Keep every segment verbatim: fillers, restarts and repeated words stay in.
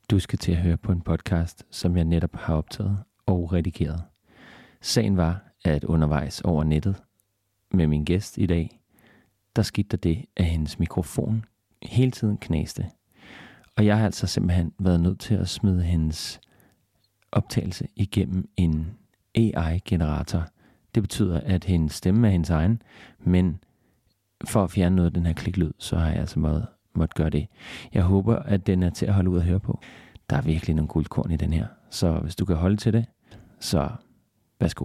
Du skal til at høre på en podcast, som jeg netop har optaget og redigeret. Sagen var, at undervejs over nettet med min gæst i dag, der skete der det, at hendes mikrofon hele tiden knæste. Og jeg har altså simpelthen været nødt til at smide hendes optagelse igennem en A I-generator. Det betyder, at hendes stemme er hendes egen, men for at fjerne noget af den her kliklyd, så har jeg altså måtte, måtte gøre det. Jeg håber, at den er til at holde ud at høre på. Der er virkelig nogle guldkorn i den her, så hvis du kan holde til det, så værsgo.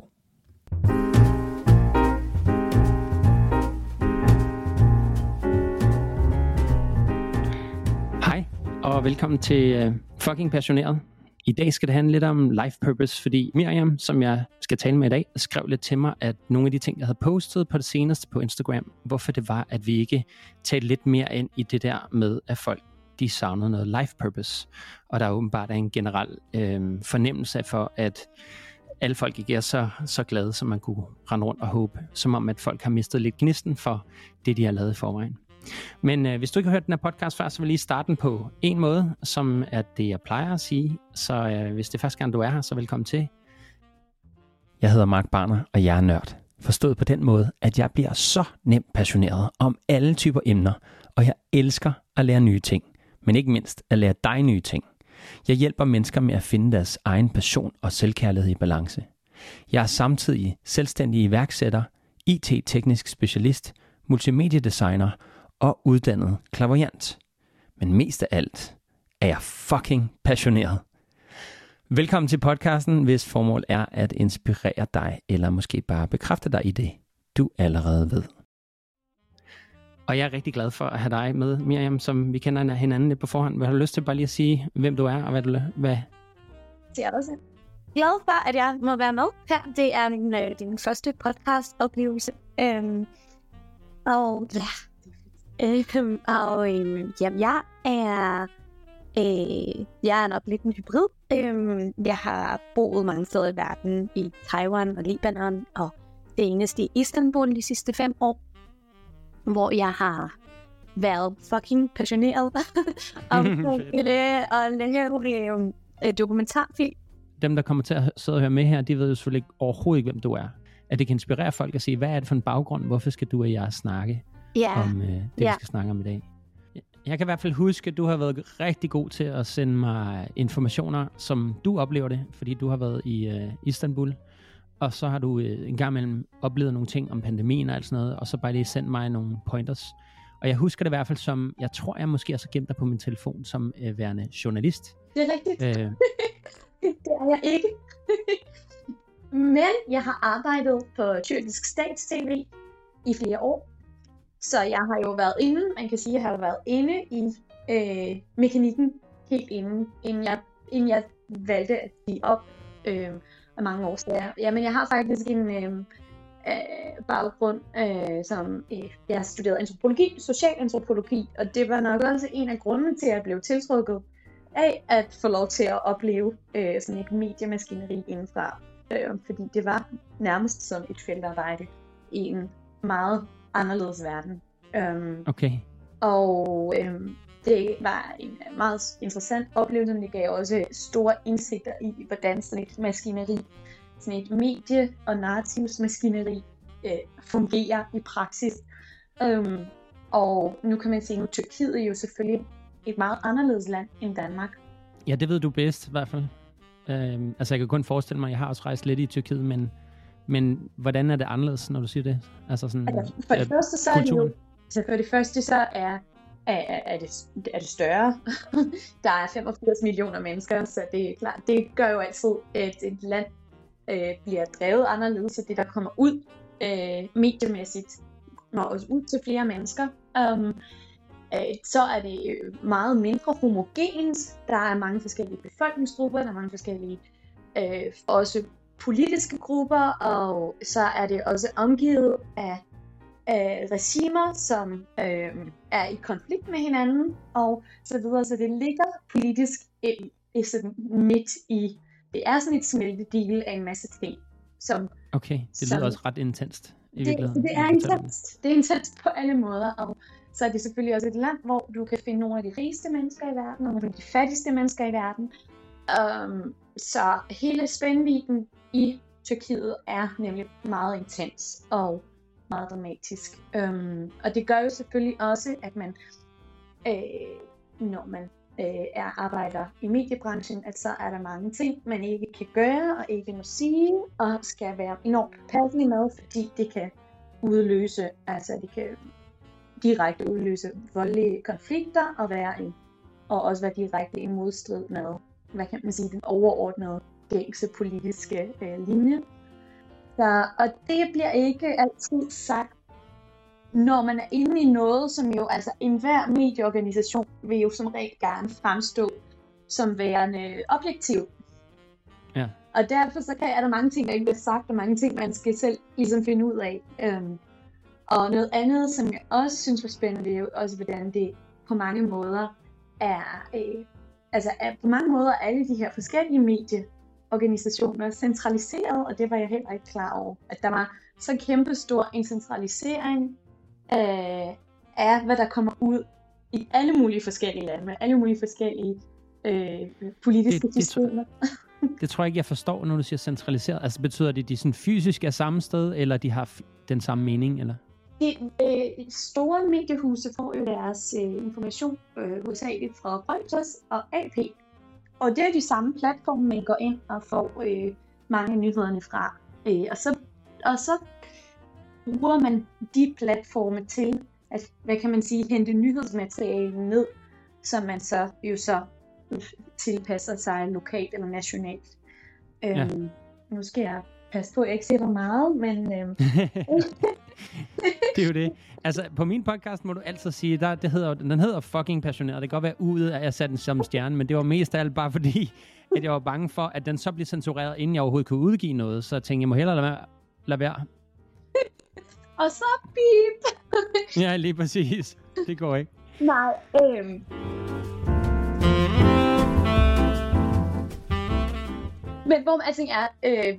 Hej, og velkommen til uh, Fucking Passioneret. I dag skal det handle lidt om life purpose, fordi Miriam, som jeg skal tale med i dag, skrev lidt til mig, at nogle af de ting, jeg havde postet på det seneste på Instagram, hvorfor det var, at vi ikke talte lidt mere ind i det der med, at folk de savnede noget life purpose. Og der er åbenbart en generel øh, fornemmelse for, at alle folk ikke er så, så glade, som man kunne rende rundt og håbe. Som om, at folk har mistet lidt gnisten for det, de har lavet i forvejen. Men øh, hvis du ikke har hørt den her podcast før, så vil jeg lige starte den på en måde, som er det, jeg plejer at sige. Så øh, hvis det er første gang, du er her, så velkommen til. Jeg hedder Mark Barner, og jeg er nørd. Forstået på den måde, at jeg bliver så nemt passioneret om alle typer emner, og jeg elsker at lære nye ting, men ikke mindst at lære dig nye ting. Jeg hjælper mennesker med at finde deres egen passion og selvkærlighed i balance. Jeg er samtidig selvstændig iværksætter, I T-teknisk specialist, multimediedesigner og uddannet clairvoyant. Men mest af alt er jeg fucking passioneret. Velkommen til podcasten, hvis formål er at inspirere dig, eller måske bare bekræfte dig i det, du allerede ved. Og jeg er rigtig glad for at have dig med, Miriam, som vi kender hinanden lidt på forhånd. Vil du have lyst til bare lige at sige, hvem du er, og hvad du hvad? Det er også glad for, at jeg må være med her. Det er min, øh, din første podcast-oplevelse. Øhm, og ja, øhm, og øhm, jamen, jeg er, øh, jeg er nok lidt en hybrid. Øhm, jeg har boet mange steder i verden, i Taiwan og Libanon, og det eneste i Istanbul de sidste fem år. Hvor jeg har været fucking passioneret om det, og længe en dokumentarfilm. Dem, der kommer til at sidde og høre med her, de ved jo selvfølgelig ikke, overhovedet ikke, hvem du er. At det kan inspirere folk at sige, hvad er det for en baggrund? Hvorfor skal du og jeg snakke yeah. om uh, det, yeah. vi skal snakke om i dag? Jeg kan i hvert fald huske, at du har været rigtig god til at sende mig informationer, som du oplever det, fordi du har været i uh, Istanbul. Og så har du øh, en gang imellem oplevet nogle ting om pandemien og alt sådan noget, og så bare lige sendt mig nogle pointers. Og jeg husker det i hvert fald som, jeg tror jeg måske også har gemt dig på min telefon som øh, værende journalist. Det er rigtigt. Øh. Det er jeg ikke. Men jeg har arbejdet på tyrkisk stats-tv i flere år. Så jeg har jo været inde, man kan sige, jeg har været inde i øh, mekanikken helt inden, inden jeg, inden jeg valgte at give op. Øh, af mange årsager. Jamen, jeg har faktisk en øh, øh, baggrund, øh, som øh, jeg har studeret antropologi, social antropologi, og det var nok også en af grundene til, at jeg blev tiltrukket af at få lov til at opleve øh, sådan et mediemaskineri indenfra. Øh, fordi det var nærmest som et feltarbejde i en meget anderledes verden. Øh, okay. Og øh, det var en meget interessant oplevelse, men det gav også store indsigter i, hvordan sådan et maskineri, sådan et medie- og narrativsmaskineri øh, fungerer i praksis. Um, og nu kan man se, at Tyrkiet er jo selvfølgelig et meget anderledes land end Danmark. Ja, det ved du bedst i hvert fald. Øhm, altså jeg kan kun forestille mig, at jeg har også rejst lidt i Tyrkiet, men, men hvordan er det anderledes, når du siger det? Altså sådan, altså, for det øh, første så er det jo, så for det første så er Er, er, det, er det større. Der er femogfirs millioner mennesker, så det er klart, det gør jo altid, at et land øh, bliver drevet anderledes, så det der kommer ud øh, mediemæssigt når også ud til flere mennesker. Um, øh, så er det meget mindre homogent. Der er mange forskellige befolkningsgrupper, der er mange forskellige øh, også politiske grupper, og så er det også omgivet af Øh, regimer, som øh, er i konflikt med hinanden, og så videre, så det ligger politisk i, i sådan midt i, det er sådan et smeltedigel af en masse ting, som... Okay, det lyder som, også ret intenst i det, virkeligheden. Det er intenst, det er intenst på alle måder, og så er det selvfølgelig også et land, hvor du kan finde nogle af de rigeste mennesker i verden, og nogle af de fattigste mennesker i verden. Um, så hele spændvidden i Tyrkiet er nemlig meget intens og meget dramatisk. Um, og det gør jo selvfølgelig også, at man, øh, når man øh, er arbejder i mediebranchen, at så er der mange ting, man ikke kan gøre og ikke må sige, og skal være enormt påpasselig med, fordi det kan udløse, altså det kan direkte udløse voldelige konflikter og være i, og også være direkte i modstrid med, hvad kan man sige, den overordnede gængse politiske øh, linje. Så, og det bliver ikke altid sagt, når man er inde i noget, som jo, altså enhver medieorganisation vil jo som regel gerne fremstå som værende objektiv. Ja. Og derfor så kan, er der mange ting, der ikke bliver sagt, og mange ting, man skal selv ligesom finde ud af. Øhm, og noget andet, som jeg også synes var spændende, det er jo også, hvordan det på mange måder er, øh, altså er, på mange måder er alle de her forskellige medieorganisationer centraliseret, og det var jeg heller ikke klar over, at der var så kæmpestor en centralisering af, af, hvad der kommer ud i alle mulige forskellige lande, med alle mulige forskellige øh, politiske det, systemer. Det, det tror jeg ikke, jeg forstår, når du siger centraliseret. Altså betyder det, at de sådan fysisk er samme sted, eller de har den samme mening, eller? De øh, store mediehuse får jo deres øh, information øh, hovedsageligt fra Reuters og A P. Og det er de samme platforme, man går ind og får øh, mange af nyhederne fra. Øh, og, så, og så bruger man de platforme til at, hvad kan man sige, hente nyhedsmateriale ned, som man så jo så tilpasser sig lokalt eller nationalt. Ja. Øhm, nu skal jeg passe på, at jeg ikke siger for meget, men... Øhm, det er jo det. Altså, på min podcast må du altid sige, der, det hedder, den hedder fucking passioneret. Det kan godt være ude, at jeg satte den som stjerne, men det var mest af alt bare fordi, at jeg var bange for, at den så blev censureret, inden jeg overhovedet kunne udgive noget. Så jeg tænkte, jeg må hellere lade være. Lade være. Og så beep! Ja, lige præcis. Det går ikke. Nej, øhm... Men hvor man altså er, øh,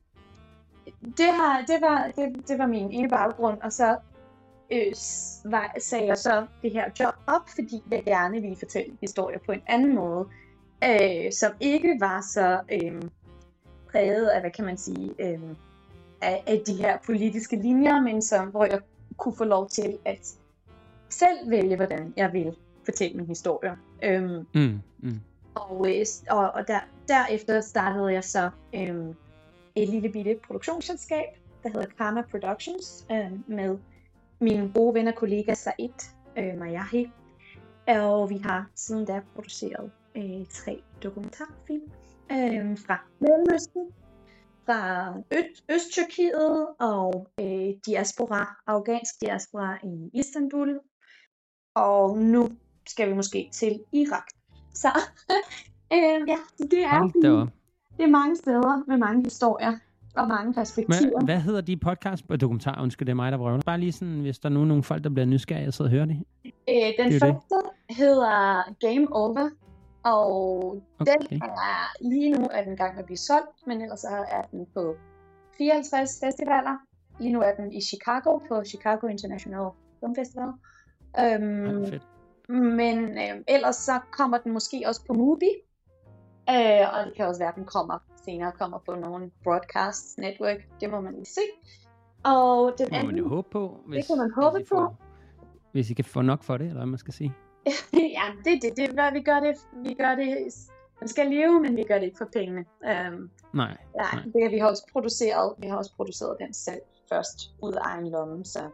det, har, det, var, det, det var min ene baggrund, og så øh, var, sagde jeg så det her job op, fordi jeg gerne ville fortælle historier på en anden måde, øh, som ikke var så øh, præget af, hvad kan man sige, øh, af, af de her politiske linjer, men som, hvor jeg kunne få lov til at selv vælge, hvordan jeg ville fortælle min historie. Øh, mm, mm. Og, og, og der, derefter startede jeg så øhm, et lille bitte produktionsselskab, der hedder Karma Productions, øhm, med min gode ven og kollega Said øh, Mayahi. Og vi har siden da produceret øh, tre dokumentarfilm øh, fra Mellemøsten, fra Øst- Øst-Tyrkiet og øh, diaspora, afghansk diaspora i Istanbul. Og nu skal vi måske til Irak. Så øh, ja, det er, det er mange steder med mange historier og mange perspektiver. Men, hvad hedder de podcast og dokumentar? Undskyld, det er mig, der vrøvler. Bare lige sådan, hvis der er nu nogle folk, der bliver nysgerrige og sidder og hører det. Øh, den det første det. hedder Game Over, og okay. Den er lige nu er den gang med at blive solgt, men ellers er den på fireoghalvtreds festivaler. Lige nu er den i Chicago på Chicago International Film Festival. Um, ja, fedt. Men øh, ellers så kommer den måske også på Mubi, øh, og det kan også være, at den kommer senere kommer på nogle broadcast network. Det må man lige se. Og den det må anden, man jo håbe på. Hvis, det kan man håbe hvis på. Får, hvis I kan få nok for det, eller hvad man skal sige. Ja, det det, det vi gør det. Vi gør det. Man skal leve, men vi gør det ikke for pengene. Um, nej, nej. Nej, det har vi har også produceret. Vi har også produceret den selv først ud af egen lomme. Så.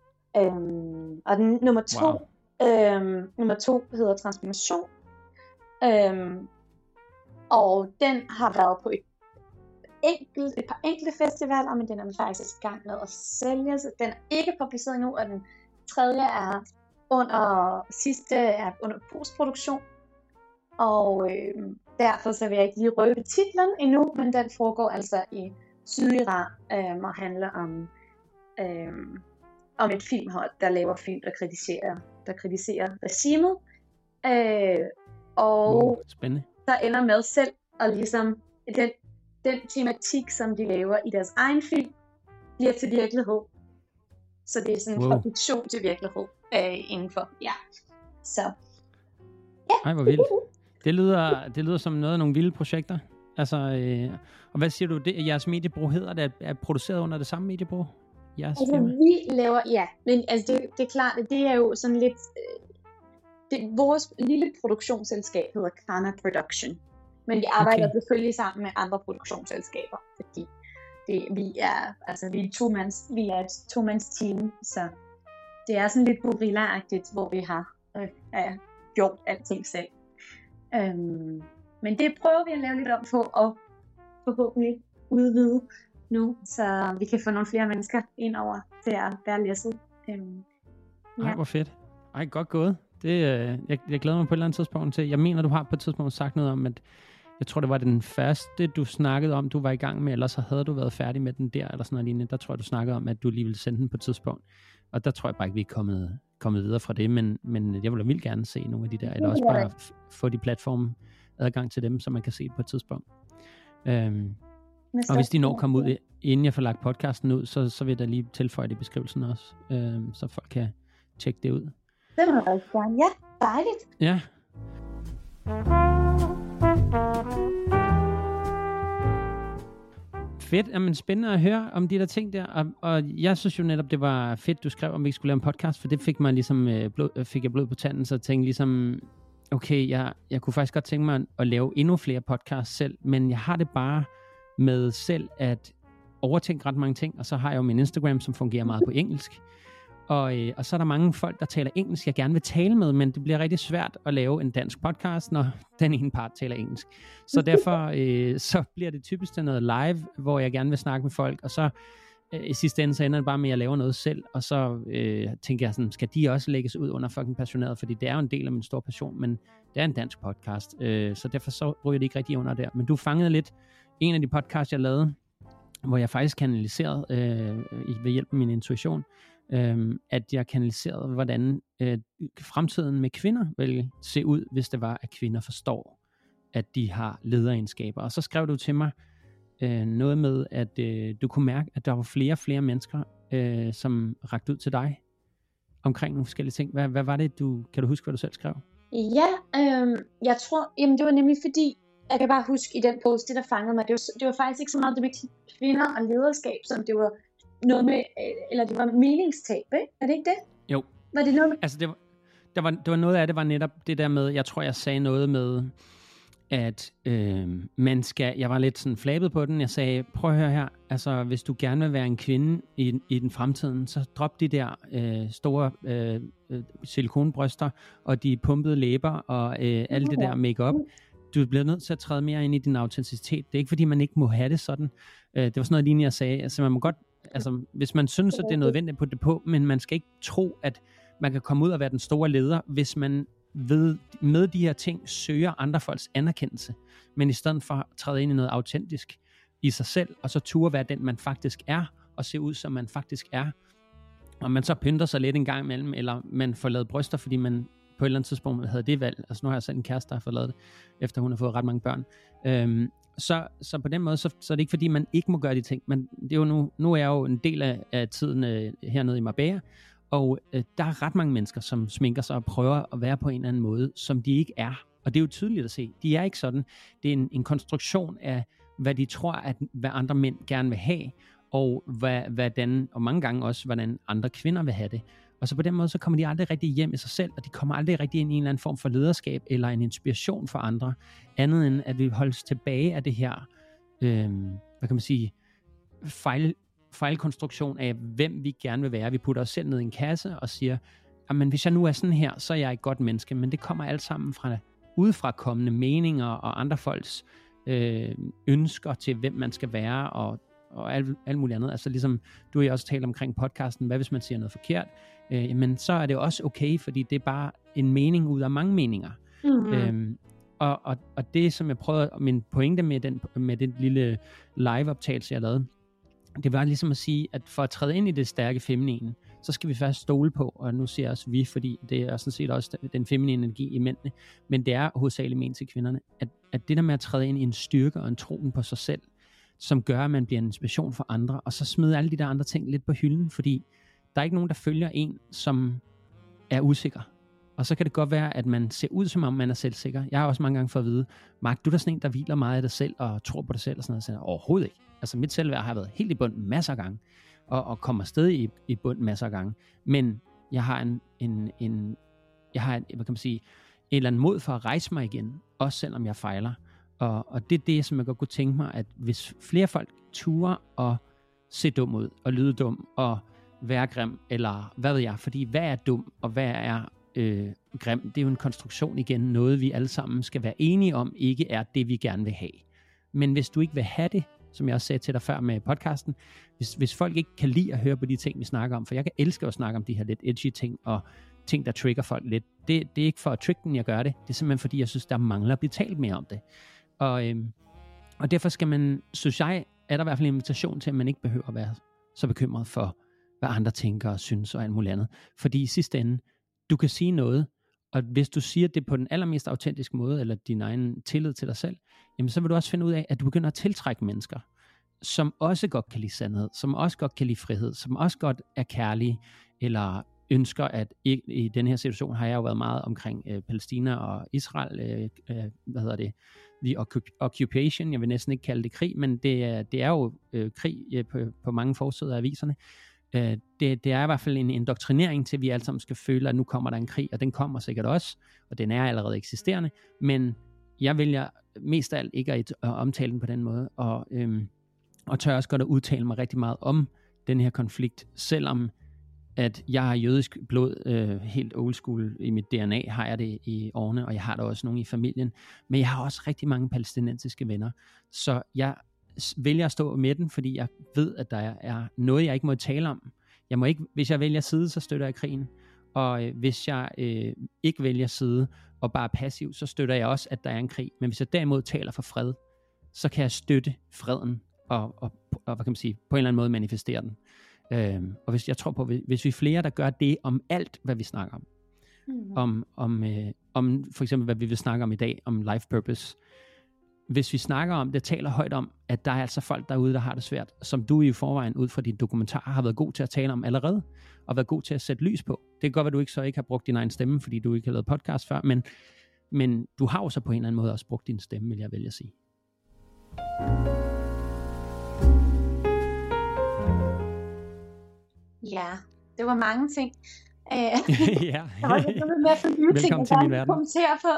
Um, og den nummer to. Wow. Øhm, nummer to hedder Transformation, øhm, og den har været på et, enkelt, et par enkelte festivaler, men den er faktisk i gang med at sælge, så den er ikke publiceret endnu, og den tredje er under sidste er under postproduktion, og øhm, derfor så vil jeg ikke lige røbe titlen endnu, men den foregår altså i Sydiran øhm, og handler om øhm, om et filmhold, der laver film, der kritiserer, der kritiserer regimet. Øh, og wow, spændende. der ender med selv, og ligesom den, den tematik, som de laver i deres egen film, bliver til virkelighed. Så det er sådan en wow. fiktion til virkelighed øh, indenfor. Ja. Så. Ja. Ej, hvor vildt. Det lyder, det lyder som noget af nogle vilde projekter. Altså, øh, og hvad siger du, det, jeres mediebureau hedder det, er produceret under det samme mediebureau? Jeres altså, firma? vi laver, ja, men altså, det, det er klart, at det er jo sådan lidt, øh, det, vores lille produktionsselskab hedder Kana Production, men vi arbejder okay. selvfølgelig sammen med andre produktionsselskaber, fordi det, vi er, altså, vi er, to-mands, vi er et to-mands team, så det er sådan lidt gorilla-agtigt, hvor vi har øh, ja, gjort alting selv. Øhm, men det prøver vi at lave lidt om på, og forhåbentlig udvide nu, så vi kan få nogle flere mennesker ind over til at være læsset. Øhm, ja. Ej, hvor fedt. Ej, godt gået. Det, øh, jeg, jeg glæder mig på et eller andet tidspunkt til. Jeg mener, du har på et tidspunkt sagt noget om, at jeg tror, det var den første, du snakkede om, du var i gang med, ellers så havde du været færdig med den der, eller sådan noget lignende. Der tror jeg, du snakkede om, at du lige ville sende den på et tidspunkt. Og der tror jeg bare ikke, vi er kommet, kommet videre fra det, men, men jeg vil da vildt gerne se nogle af de der, eller også bare f- få de platforme adgang til dem, så man kan se det på et tidspunkt. Øhm, og hvis de når kommer ud, inden jeg får lagt podcasten ud, så, så vil jeg da lige tilføje det i beskrivelsen også, øhm, så folk kan tjekke det ud. Det må jeg gerne. Ja, dejligt. Ja. Fedt, jamen spændende at høre om de der ting der, og, og jeg synes jo netop, det var fedt, du skrev, om vi ikke skulle lave en podcast, for det fik mig ligesom, øh, blod, fik jeg blod på tanden, så jeg tænkte ligesom, okay, jeg, jeg kunne faktisk godt tænke mig at lave endnu flere podcasts selv, men jeg har det bare med selv at overtænke ret mange ting, og så har jeg jo min Instagram, som fungerer meget på engelsk, og, øh, og så er der mange folk, der taler engelsk, jeg gerne vil tale med, men det bliver rigtig svært at lave en dansk podcast, når den ene part taler engelsk. Så derfor øh, så bliver det typisk til noget live, hvor jeg gerne vil snakke med folk, og så øh, i sidste ende, så ender det bare med, at jeg laver noget selv, og så øh, tænker jeg sådan, skal de også lægges ud under fucking passioneret, fordi det er jo en del af min store passion, men det er en dansk podcast, øh, så derfor så ryger det ikke rigtig under der. Men du fangede lidt en af de podcasts, jeg lavede, hvor jeg faktisk kanaliserede øh, ved hjælp af min intuition, Øhm, at jeg kanaliserede, hvordan øh, fremtiden med kvinder vil se ud, hvis det var, at kvinder forstår, at de har lederegenskaber. Og så skrev du til mig øh, noget med, at øh, du kunne mærke, at der var flere og flere mennesker, øh, som rakte ud til dig omkring nogle forskellige ting. Hvad, hvad var det, du, kan du huske, hvad du selv skrev? Ja, øh, jeg tror, jamen det var nemlig fordi, jeg kan bare huske i den post, det der fangede mig, det var, det var faktisk ikke så meget det med kvinder og lederskab, som det var noget med, eller det var meningstab, ikke? Er det ikke det? Jo. Var det noget med? Altså det var, der var, det var noget af det var netop det der med, jeg tror jeg sagde noget med, at øh, man skal, jeg var lidt sådan flabet på den, jeg sagde, prøv at høre her, altså hvis du gerne vil være en kvinde i, i den fremtiden, så drop de der øh, store øh, silikonbryster, og de pumpede læber, og øh, alt det der make-up. Du bliver nødt til at træde mere ind i din autenticitet. Det er ikke fordi, man ikke må have det sådan. Øh, det var sådan noget lignende, jeg sagde, altså man må godt, altså hvis man synes, at det er nødvendigt at putte det på, men man skal ikke tro, at man kan komme ud og være den store leder, hvis man ved, med de her ting søger andre folks anerkendelse, men i stedet for at træde ind i noget autentisk i sig selv, og så turde være den, man faktisk er, og se ud, som man faktisk er. Og man så pynter sig lidt en gang imellem, eller man får lavet bryster, fordi man på et eller andet tidspunkt havde det valg. Altså nu har jeg selv en kæreste, der har fået lavet det, efter hun har fået ret mange børn. Øhm, så, så på den måde, så, så er det ikke fordi, man ikke må gøre de ting, men det er jo nu, nu er jeg jo en del af, af tiden øh, hernede i Marbella, og øh, der er ret mange mennesker, som sminker sig og prøver at være på en eller anden måde, som de ikke er. Og det er jo tydeligt at se. De er ikke sådan. Det er en, en konstruktion af, hvad de tror, at hvad andre mænd gerne vil have, og hvad, hvordan, og mange gange også, hvordan andre kvinder vil have det. Og så på den måde, så kommer de aldrig rigtig hjem i sig selv, og de kommer aldrig rigtig ind i en eller anden form for lederskab, eller en inspiration for andre, andet end at vi holdes tilbage af det her, øh, hvad kan man sige, fejl, fejlkonstruktion af, hvem vi gerne vil være. Vi putter os selv ned i en kasse og siger, jamen hvis jeg nu er sådan her, så er jeg et godt menneske, men det kommer alt sammen fra udefra kommende meninger og andre folks øh, ønsker til, hvem man skal være, og og alt, alt muligt andet. Altså ligesom du og jeg også taler omkring podcasten, hvad hvis man siger noget forkert, øh, men så er det også okay, fordi det er bare en mening ud af mange meninger. Mm-hmm. Øhm, og, og, og det som jeg prøvede, min pointe med den, med den lille live-optagelse jeg lavede, det var ligesom at sige, at for at træde ind i det stærke feminine, så skal vi først stole på, og nu siger jeg også vi, fordi det er sådan set også den feminine energi i mændene, men det er hovedsageligt ment til kvinderne, at, at det der med at træde ind i en styrke og en troen på sig selv, som gør, at man bliver en inspiration for andre, og så smide alle de der andre ting lidt på hylden, fordi der er ikke nogen, der følger en, som er usikker. Og så kan det godt være, at man ser ud, som om man er selvsikker. Jeg har også mange gange fået at vide, Mark, du er da sådan en, der hviler meget af dig selv, og tror på dig selv, og sådan noget. Så overhovedet ikke. Altså mit selvværd har været helt i bund masser af gange, og, og kommer stadig i, i bund masser af gange. Men jeg har en, en, en jeg har, en, hvad kan man sige, en eller anden mod for at rejse mig igen, også selvom jeg fejler. Og, og det er det, som jeg godt kunne tænke mig, at hvis flere folk turer og se dum ud, og lyde dum, og være grim, eller hvad ved jeg, fordi hvad er dum, og hvad er øh, grim, det er jo en konstruktion igen, noget vi alle sammen skal være enige om, ikke er det, vi gerne vil have. Men hvis du ikke vil have det, som jeg også sagde til dig før med podcasten, hvis, hvis folk ikke kan lide at høre på de ting, vi snakker om, for jeg kan elske at snakke om de her lidt edgy ting, og ting, der trigger folk lidt, det, det er ikke for at trigge den, jeg gør det, det er simpelthen fordi, jeg synes, der mangler at blive talt mere om det. Og, øhm, og derfor skal man, synes jeg, er der i hvert fald en invitation til, at man ikke behøver at være så bekymret for, hvad andre tænker og synes og alt muligt andet. Fordi i sidste ende, du kan sige noget, og hvis du siger det på den allermest autentiske måde, eller din egen tillid til dig selv, jamen så vil du også finde ud af, at du begynder at tiltrække mennesker, som også godt kan lide sandhed, som også godt kan lide frihed, som også godt er kærlige, eller ønsker, at i, i den her situation har jeg jo været meget omkring øh, Palæstina og Israel, øh, øh, hvad hedder det, the occupation, jeg vil næsten ikke kalde det krig, men det er, det er jo øh, krig øh, på, på mange forsider af aviserne. Øh, det, det er i hvert fald en indoktrinering til, at vi alle sammen skal føle, at nu kommer der en krig, og den kommer sikkert også, og den er allerede eksisterende, men jeg vælger mest af alt ikke at, at omtale den på den måde, og, øhm, og tør også godt at udtale mig rigtig meget om den her konflikt, selvom at jeg har jødisk blod, øh, helt old school i mit D N A, har jeg det i årene, og jeg har der også nogen i familien, men jeg har også rigtig mange palæstinensiske venner, så jeg vælger at stå med den, fordi jeg ved, at der er noget, jeg ikke må tale om. Jeg må ikke, hvis jeg vælger side, så støtter jeg krigen, og øh, hvis jeg øh, ikke vælger side og bare er passiv, så støtter jeg også, at der er en krig, men hvis jeg derimod taler for fred, så kan jeg støtte freden, og, og, og hvad kan man sige, på en eller anden måde manifestere den. Øhm, og hvis jeg tror på, hvis vi er flere, der gør det om alt, hvad vi snakker om, mm. om, om, øh, om for eksempel, hvad vi vil snakke om i dag, om life purpose, hvis vi snakker om det, taler højt om, at der er altså folk derude, der har det svært, som du i forvejen ud fra din dokumentar har været god til at tale om allerede, og været god til at sætte lys på. Det kan godt være, at du ikke så ikke har brugt din egen stemme, fordi du ikke har lavet podcast før, men, men du har jo så på en eller anden måde også brugt din stemme, vil jeg vælge at sige. Ja, det var mange ting. ja. Jeg var lidt med at få nye ting, jeg gerne kommentere på.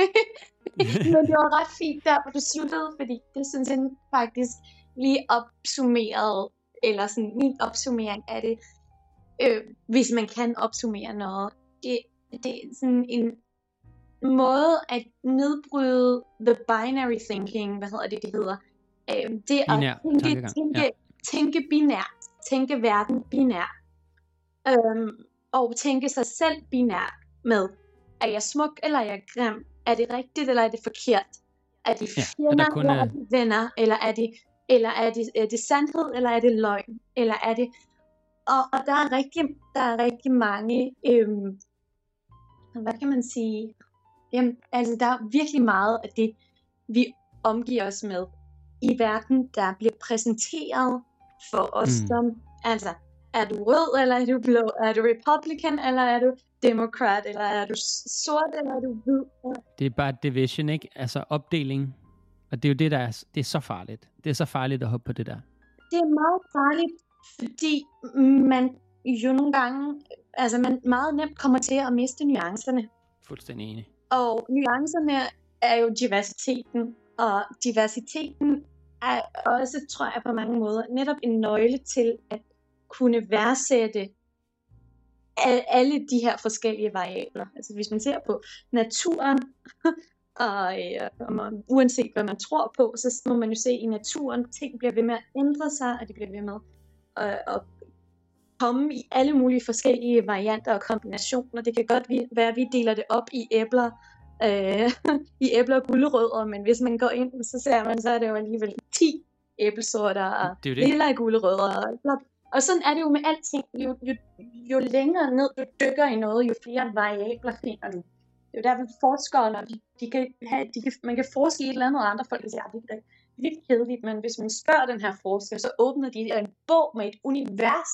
Men det var ret fint der, hvor du sluttede, fordi det synes jeg faktisk lige opsummerede, eller sådan min opsummering af det, øh, hvis man kan opsummere noget. Det, det er sådan en måde at nedbryde the binary thinking, hvad hedder det, det hedder? Øh, det er at tænke, tænke, ja. tænke binært, tænke verden binært, øhm, og tænke sig selv binært med, er jeg smuk, eller er jeg grim? Er det rigtigt, eller er det forkert? Er det fjender, ja, eller er det venner? Eller er det, eller er det, er det sandhed, eller er det løgn? Eller er det... Og, og der, er rigtig, der er rigtig mange... Øhm, hvad kan man sige? Jamen, altså, der er virkelig meget af det, vi omgiver os med i verden, der bliver præsenteret for os mm. som... Altså, er du rød, eller er du blå? Er du Republican, eller er du Democrat, eller er du sort, eller er du hvid? Det er bare division, ikke? Altså opdeling. Og det er jo det, der er, det er så farligt. Det er så farligt at hoppe på det der. Det er meget farligt, fordi man jo nogle gange, altså man meget nemt kommer til at miste nuancerne. Fuldstændig enig. Og nuancerne er jo diversiteten, og diversiteten er også, tror jeg på mange måder, netop en nøgle til at kunne værdsætte alle de her forskellige variabler. Altså hvis man ser på naturen, og, øh, og man, uanset hvad man tror på, så må man jo se i naturen, ting bliver ved med at ændre sig, og de bliver ved med at, at komme i alle mulige forskellige varianter og kombinationer. Det kan godt være, at vi deler det op i æbler, øh, i æbler og gulerødder, men hvis man går ind, så ser man, så er det jo alligevel ti æblesorter, og lilla gulerødder, og bla. Og sådan er det jo med alting. Jo, jo, jo længere ned du dykker i noget, jo flere variabler finder du. Det er jo derfor forskere, når de, de kan have, de kan, man kan forske i et eller andet, og andre folk siger, at det er lidt kedeligt, men hvis man spørger den her forsker, så åbner de en bog med et univers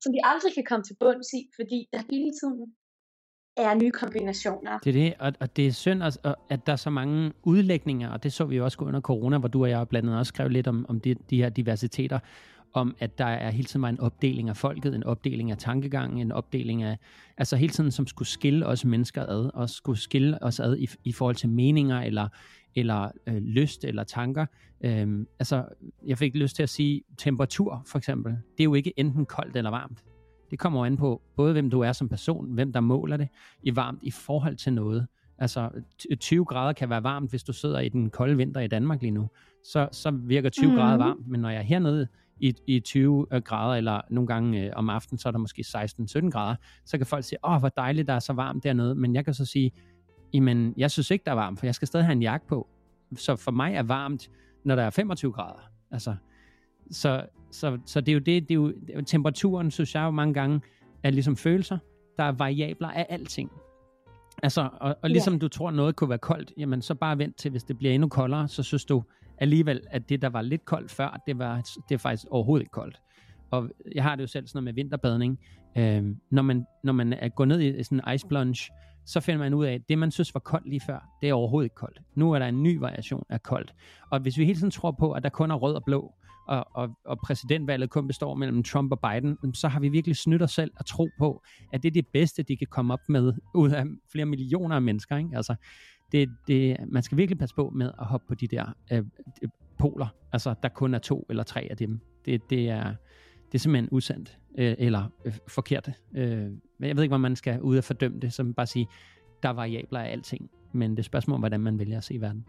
som vi aldrig kan komme til bunds i, fordi der hele tiden er nye kombinationer. Det er det, og, og det er synd, at, at der er så mange udlægninger, og det så vi jo også under corona, hvor du og jeg blandt andet også skrev lidt om, om de, de her diversiteter, om at der er hele tiden en opdeling af folket, en opdeling af tankegangen, en opdeling af, altså hele tiden, som skulle skille os mennesker ad, og skulle skille os ad i, i forhold til meninger, eller, eller øh, lyst, eller tanker. Øhm, altså, jeg fik lyst til at sige, temperatur for eksempel, det er jo ikke enten koldt eller varmt. Det kommer jo an på både, hvem du er som person, hvem der måler det i varmt i forhold til noget. Altså tyve grader kan være varmt, hvis du sidder i den kolde vinter i Danmark lige nu. Så, så virker tyve mm. grader varmt, men når jeg er hernede i, i tyve grader, eller nogle gange øh, om aftenen, så er der måske seksten sytten grader, så kan folk sige, åh, hvor dejligt, der er så varmt dernede. Men jeg kan så sige, jamen, jeg synes ikke, der er varmt, for jeg skal stadig have en jakke på. Så for mig er varmt, når der er femogtyve grader. Altså, så, så, så det er jo det, det er jo, temperaturen, synes jeg jo mange gange, er ligesom følelser. Der er variabler af alting. Altså, og, og ligesom yeah. du tror, noget kunne være koldt, jamen så bare vent til, hvis det bliver endnu koldere, så synes du alligevel, at det, der var lidt koldt før, det, var, det er faktisk overhovedet ikke koldt. Og jeg har det jo selv sådan noget med vinterbadning. Øhm, når, man, når man er gået ned i sådan en ice plunge, så finder man ud af, at det, man synes var koldt lige før, det er overhovedet ikke koldt. Nu er der en ny variation af koldt. Og hvis vi hele tiden tror på, at der kun er rød og blå, og, og, og præsidentvalget kun består mellem Trump og Biden, så har vi virkelig snydt os selv at tro på, at det er det bedste, de kan komme op med ud af flere millioner af mennesker. Ikke? Altså, det, det, man skal virkelig passe på med at hoppe på de der øh, poler, altså der kun er to eller tre af dem. Det, det, er, det er simpelthen usandt, øh, eller øh, forkert. Øh, jeg ved ikke, hvor man skal ud og fordømme det, som bare sige, der er variabler af alting, men det er spørgsmål om, hvordan man vælger at se verden.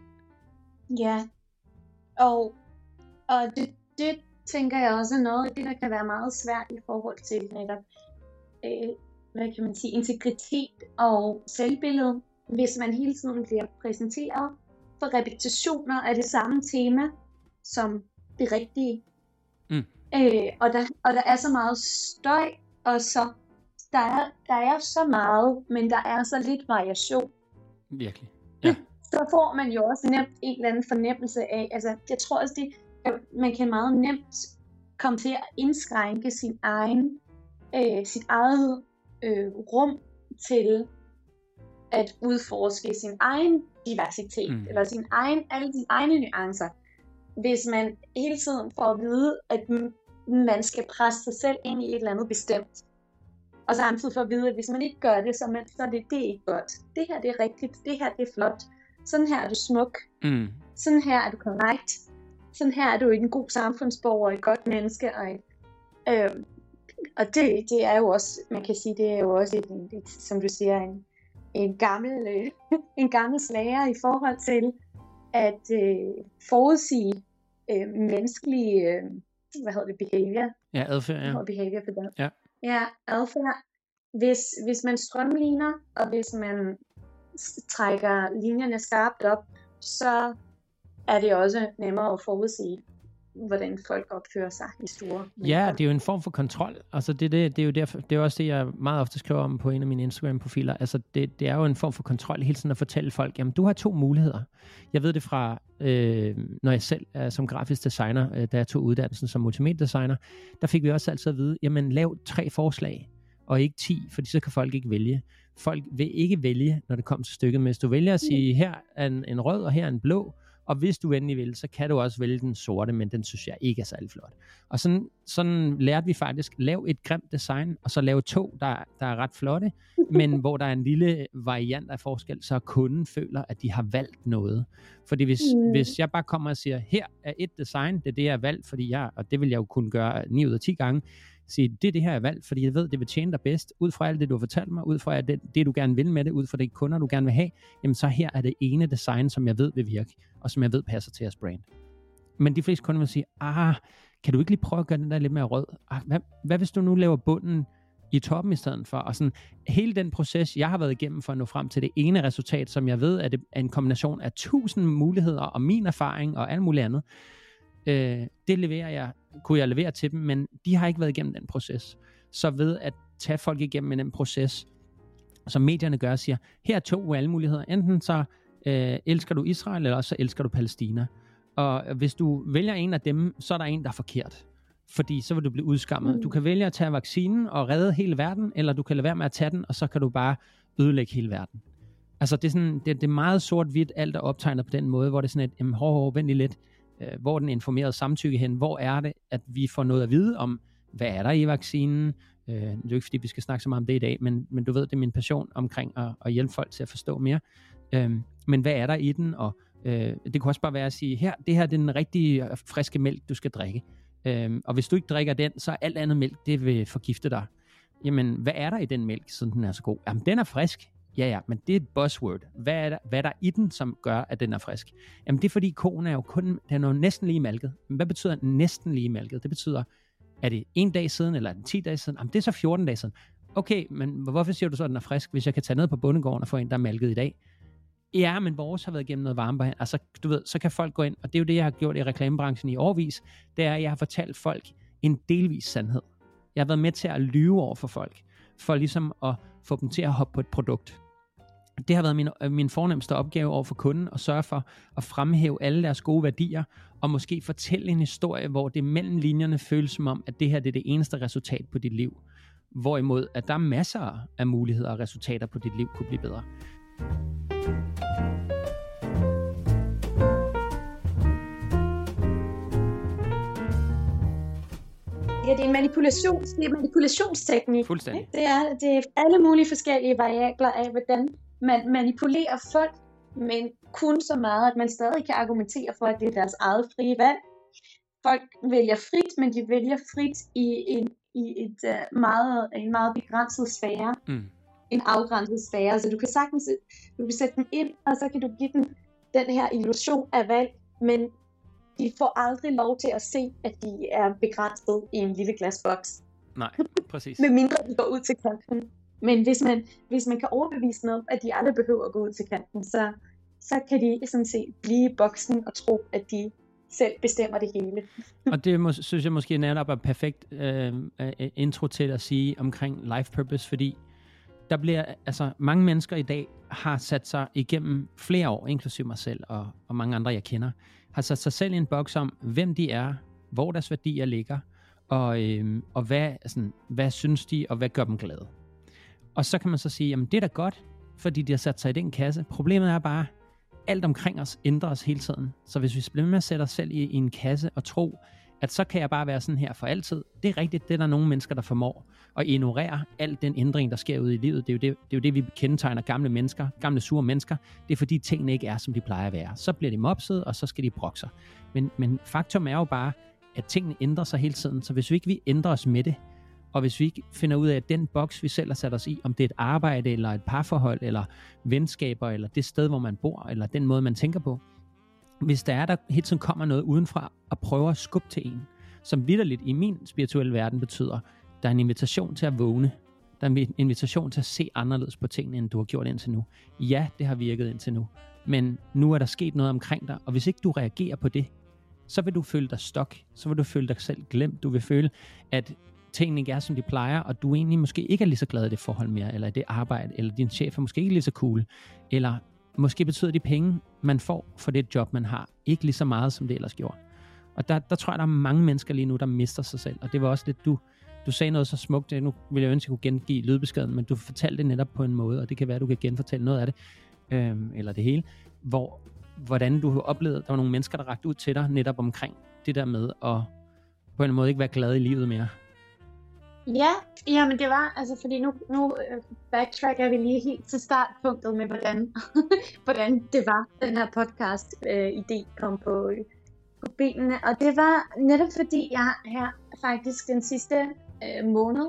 Ja, og, og det, det tænker jeg også er noget af det, der kan være meget svært i forhold til netop, øh, hvad kan man sige, integritet og selvbillede, hvis man hele tiden bliver præsenteret for repetitioner af det samme tema som det rigtige. Mm. Øh, og, der, og der er så meget støj, og så der er, der er så meget, men der er så lidt variation. Virkelig. Ja. Så får man jo også nemt en eller anden fornemmelse af, altså jeg tror også, det, man kan meget nemt komme til at indskrænke sin egen, øh, sit eget øh, rum til at udforske sin egen diversitet, mm. eller sin egen, alle sine egne nuancer. Hvis man hele tiden får at vide, at man skal presse sig selv ind i et eller andet bestemt, og samtidig for at vide, at hvis man ikke gør det, så, man, så er det, det er ikke godt. Det her det er rigtigt, det her det er flot, sådan her er du smuk, mm. sådan her er du korrekt, sådan her er du en god samfundsborger, et godt menneske, og, et, øh, og det, det er jo også, man kan sige, det er jo også et, et, som du siger, en, en gammel øh, en gammel slager i forhold til at øh, forudsige øh, menneskelige, øh, hvad hedder det, behavior? Ja, adfærd, ja. Behavior for det. Ja. Ja, adfærd. Hvis, hvis man strømligner, og hvis man trækker linjerne skarpt op, så er det også nemmere at forudsige, hvordan folk opfører sig i store mængder. Ja, det er jo en form for kontrol. Altså det, det, det er jo derfor, det er også det, jeg meget ofte skriver om på en af mine Instagram-profiler. Altså det, det er jo en form for kontrol hele tiden at fortælle folk, jamen du har to muligheder. Jeg ved det fra, øh, når jeg selv er som grafisk designer, øh, da jeg tog uddannelsen som multimediedesigner, der fik vi også altid at vide, jamen lav tre forslag, og ikke ti, fordi så kan folk ikke vælge. Folk vil ikke vælge, når det kommer til stykket, men hvis du vælger at sige, her er en, en rød, og her er en blå, og hvis du endelig vil, så kan du også vælge den sorte, men den synes jeg ikke er særlig flot. Og sådan, sådan lærte vi faktisk, lav et grimt design, og så lave to, der, der er ret flotte, men hvor der er en lille variant af forskel, så kunden føler, at de har valgt noget. Fordi hvis, mm. hvis jeg bare kommer og siger, her er et design, det er det, jeg har valgt, fordi jeg, og det vil jeg jo kunne gøre ni ud af ti gange, sige, det er det her, jeg har valgt, fordi jeg ved, det vil tjene dig bedst, ud fra alt det, du har fortalt mig, ud fra det, det, du gerne vil med det, ud fra det kunder, du gerne vil have, jamen så her er det ene design, som jeg ved vil virke, og som jeg ved passer til jeres brand. Men de fleste kunder vil sige, ah, kan du ikke lige prøve at gøre den der lidt mere rød? Ah, hvad, hvad hvis du nu laver bunden i toppen i stedet for? Og sådan, hele den proces, jeg har været igennem for at nå frem til det ene resultat, som jeg ved, at det er en kombination af tusind muligheder, og min erfaring, og alt muligt andet, øh, det leverer jeg, kunne jeg levere til dem, men de har ikke været igennem den proces. Så ved at tage folk igennem den proces, som medierne gør, siger, her er to valgmuligheder. Enten så øh, elsker du Israel, eller så elsker du Palæstina. Og hvis du vælger en af dem, så er der en, der er forkert. fordi så vil du blive udskammet. Mm. Du kan vælge at tage vaccinen og redde hele verden, eller du kan lade være med at tage den, og så kan du bare ødelægge hele verden. Altså det er, sådan, det, det er meget sort-hvidt, alt er optegnet på den måde, hvor det er sådan et, jamen, hår, hår, vent lige lidt, øh, hvor er den informerede samtykke hen, hvor er det, at vi får noget at vide om, hvad er der i vaccinen. Øh, det er jo ikke fordi, vi skal snakke så meget om det i dag, men, men du ved, det er min passion omkring at, at hjælpe folk til at forstå mere. Øh, men hvad er der i den, og øh, det kunne også bare være at sige, her, det her det er den rigtige friske mælk, du skal drikke. Øh, og hvis du ikke drikker den, så er alt andet mælk, det vil forgifte dig. Jamen, hvad er der i den mælk, siden den er så god? Jamen, den er frisk. Ja, ja, men det er et buzzword. Hvad er, der, hvad er der i den, som gør, at den er frisk? Jamen, det er fordi, koen er jo kun, den er jo næsten lige malket. Men hvad betyder næsten lige malket? Det betyder, er det en dag siden, eller er det ti dage siden? Jamen, det er så fjorten dage siden. Okay, men hvorfor siger du så, at den er frisk, hvis jeg kan tage ned på bondegården og få en, der er malket i dag? Ja, men vores har været igennem noget varmebehandling. Altså, du ved, så kan folk gå ind, og det er jo det, jeg har gjort i reklamebranchen i årevis, det er, at jeg har fortalt folk en delvis sandhed. Jeg har været med til at lyve over for folk, for ligesom at få dem til at hoppe på et produkt. Det har været min, min fornemmeste opgave over for kunden, at sørge for at fremhæve alle deres gode værdier, og måske fortælle en historie, hvor det mellem linjerne føles som om, at det her det er det eneste resultat på dit liv. Hvorimod, at der er masser af muligheder og resultater på dit liv kunne blive bedre. Ja, det er en manipulation, det er en manipulationsteknik. Fuldstændig. Det er, det er alle mulige forskellige variabler af, hvordan man manipulerer folk, men kun så meget, at man stadig kan argumentere for, at det er deres eget frie valg. Folk vælger frit, men de vælger frit i en, i et, uh, meget, en meget begrænset sfære. Mm. En afgrænset sfære. Så du kan sagtens du kan sætte dem ind, og så kan du give dem den her illusion af valg, men de får aldrig lov til at se, at de er begrænset i en lille glasboks. Nej, præcis. Med mindre de går ud til kanten. Men hvis man, hvis man kan overbevise dem om, at de aldrig behøver at gå ud til kanten, så, så kan de sådan set blive i boksen og tro, at de selv bestemmer det hele. Og det må, synes jeg måske netop er perfekt øh, intro til at sige omkring life purpose, fordi der bliver, altså mange mennesker i dag har sat sig igennem flere år, inklusive mig selv og, og mange andre, jeg kender, har sat sig selv i en boks om, hvem de er, hvor deres værdier ligger, og, øhm, og hvad, altså, hvad synes de, og hvad gør dem glade. Og så kan man så sige, jamen det er da godt, fordi de har sat sig i den kasse. Problemet er bare, alt omkring os ændrer os hele tiden. Så hvis vi bliver med at sætte os selv i, i en kasse og tro, at så kan jeg bare være sådan her for altid. Det er rigtigt, det er der nogle mennesker, der formår at ignorere al den ændring, der sker ude i livet. Det er jo det, det, er jo det vi kendetegner gamle mennesker, gamle sure mennesker. Det er fordi tingene ikke er, som de plejer at være. Så bliver de mopset, og så skal de brokke sig. Men, men faktum er jo bare, at tingene ændrer sig hele tiden. Så hvis vi ikke vi ændrer os med det, og hvis vi ikke finder ud af, at den boks, vi selv har sat os i, om det er et arbejde, eller et parforhold, eller venskaber, eller det sted, hvor man bor, eller den måde, man tænker på, hvis der er, der hele tiden kommer noget udenfra og prøver at skubbe til en, som vitterligt i min spirituelle verden betyder, der er en invitation til at vågne. Der er en invitation til at se anderledes på tingene, end du har gjort indtil nu. Ja, det har virket indtil nu. Men nu er der sket noget omkring dig, og hvis ikke du reagerer på det, så vil du føle dig stok. Så vil du føle dig selv glemt. Du vil føle, at tingene ikke er, som de plejer, og du egentlig måske ikke er lige så glad i det forhold mere, eller i det arbejde, eller din chef er måske ikke lige så cool, eller måske betyder de penge, man får for det job, man har, ikke lige så meget, som det ellers gjorde. Og der, der tror jeg, der er mange mennesker lige nu, der mister sig selv. Og det var også lidt, du, du sagde noget så smukt. Nu vil jeg ønske, at jeg kunne gengive lydbeskeden, men du fortalte det netop på en måde, og det kan være, at du kan genfortælle noget af det, øhm, eller det hele, hvor, hvordan du oplevede, at der var nogle mennesker, der rakte ud til dig, netop omkring det der med at på en måde ikke være glad i livet mere. Ja, jamen det var, altså fordi nu, nu backtracker vi lige helt til startpunktet med, hvordan, hvordan det var, den her podcast øh, idé kom på, på benene. Og det var netop fordi, jeg her faktisk den sidste øh, måned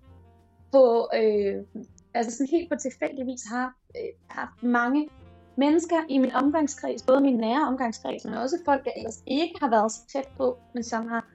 på, øh, altså sådan helt på tilfældig vis har øh, haft mange mennesker i min omgangskreds, både min nære omgangskreds, men også folk, jeg ellers ikke har været så tæt på, men som har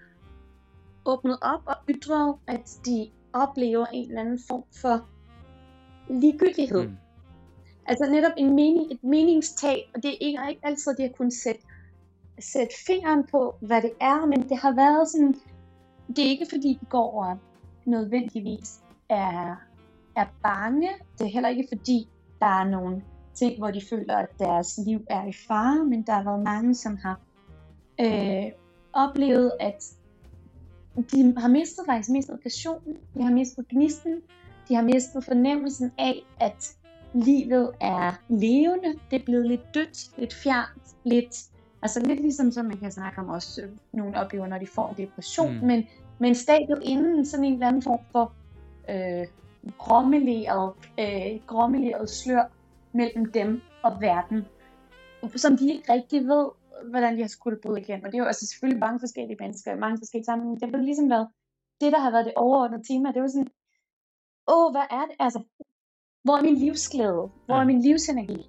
åbnet op og ytret, at de oplever en eller anden form for ligegyldighed. Mm. Altså netop en mening, et meningstab, og det er ikke, ikke altid, at de har kunnet sætte, sætte fingeren på, hvad det er, men det har været sådan, det er ikke fordi, de går og nødvendigvis er, er bange, det er heller ikke fordi, der er nogle ting, hvor de føler, at deres liv er i fare, men der har været mange, som har øh, oplevet, at de har mistet faktisk mistet passionen, de har mistet gnisten, de har mistet fornemmelsen af, at livet er levende, det er blevet lidt dødt, lidt fjernt, lidt, altså lidt ligesom, som man kan snakke om også, øh, nogle oplever, når de får depression, mm. men, men stadiet inden sådan en eller anden form for øh, gråmeleret, øh, gråmeleret slør mellem dem og verden, som de ikke rigtig ved, hvordan de har skulle bryde igennem. Og det er jo altså selvfølgelig mange forskellige mennesker, mange forskellige sammenhænge. Det har ligesom været det, der har været det overordnede tema. Det var sådan, åh, hvad er det? Altså, hvor er min livsglæde? Hvor er min livsenergi?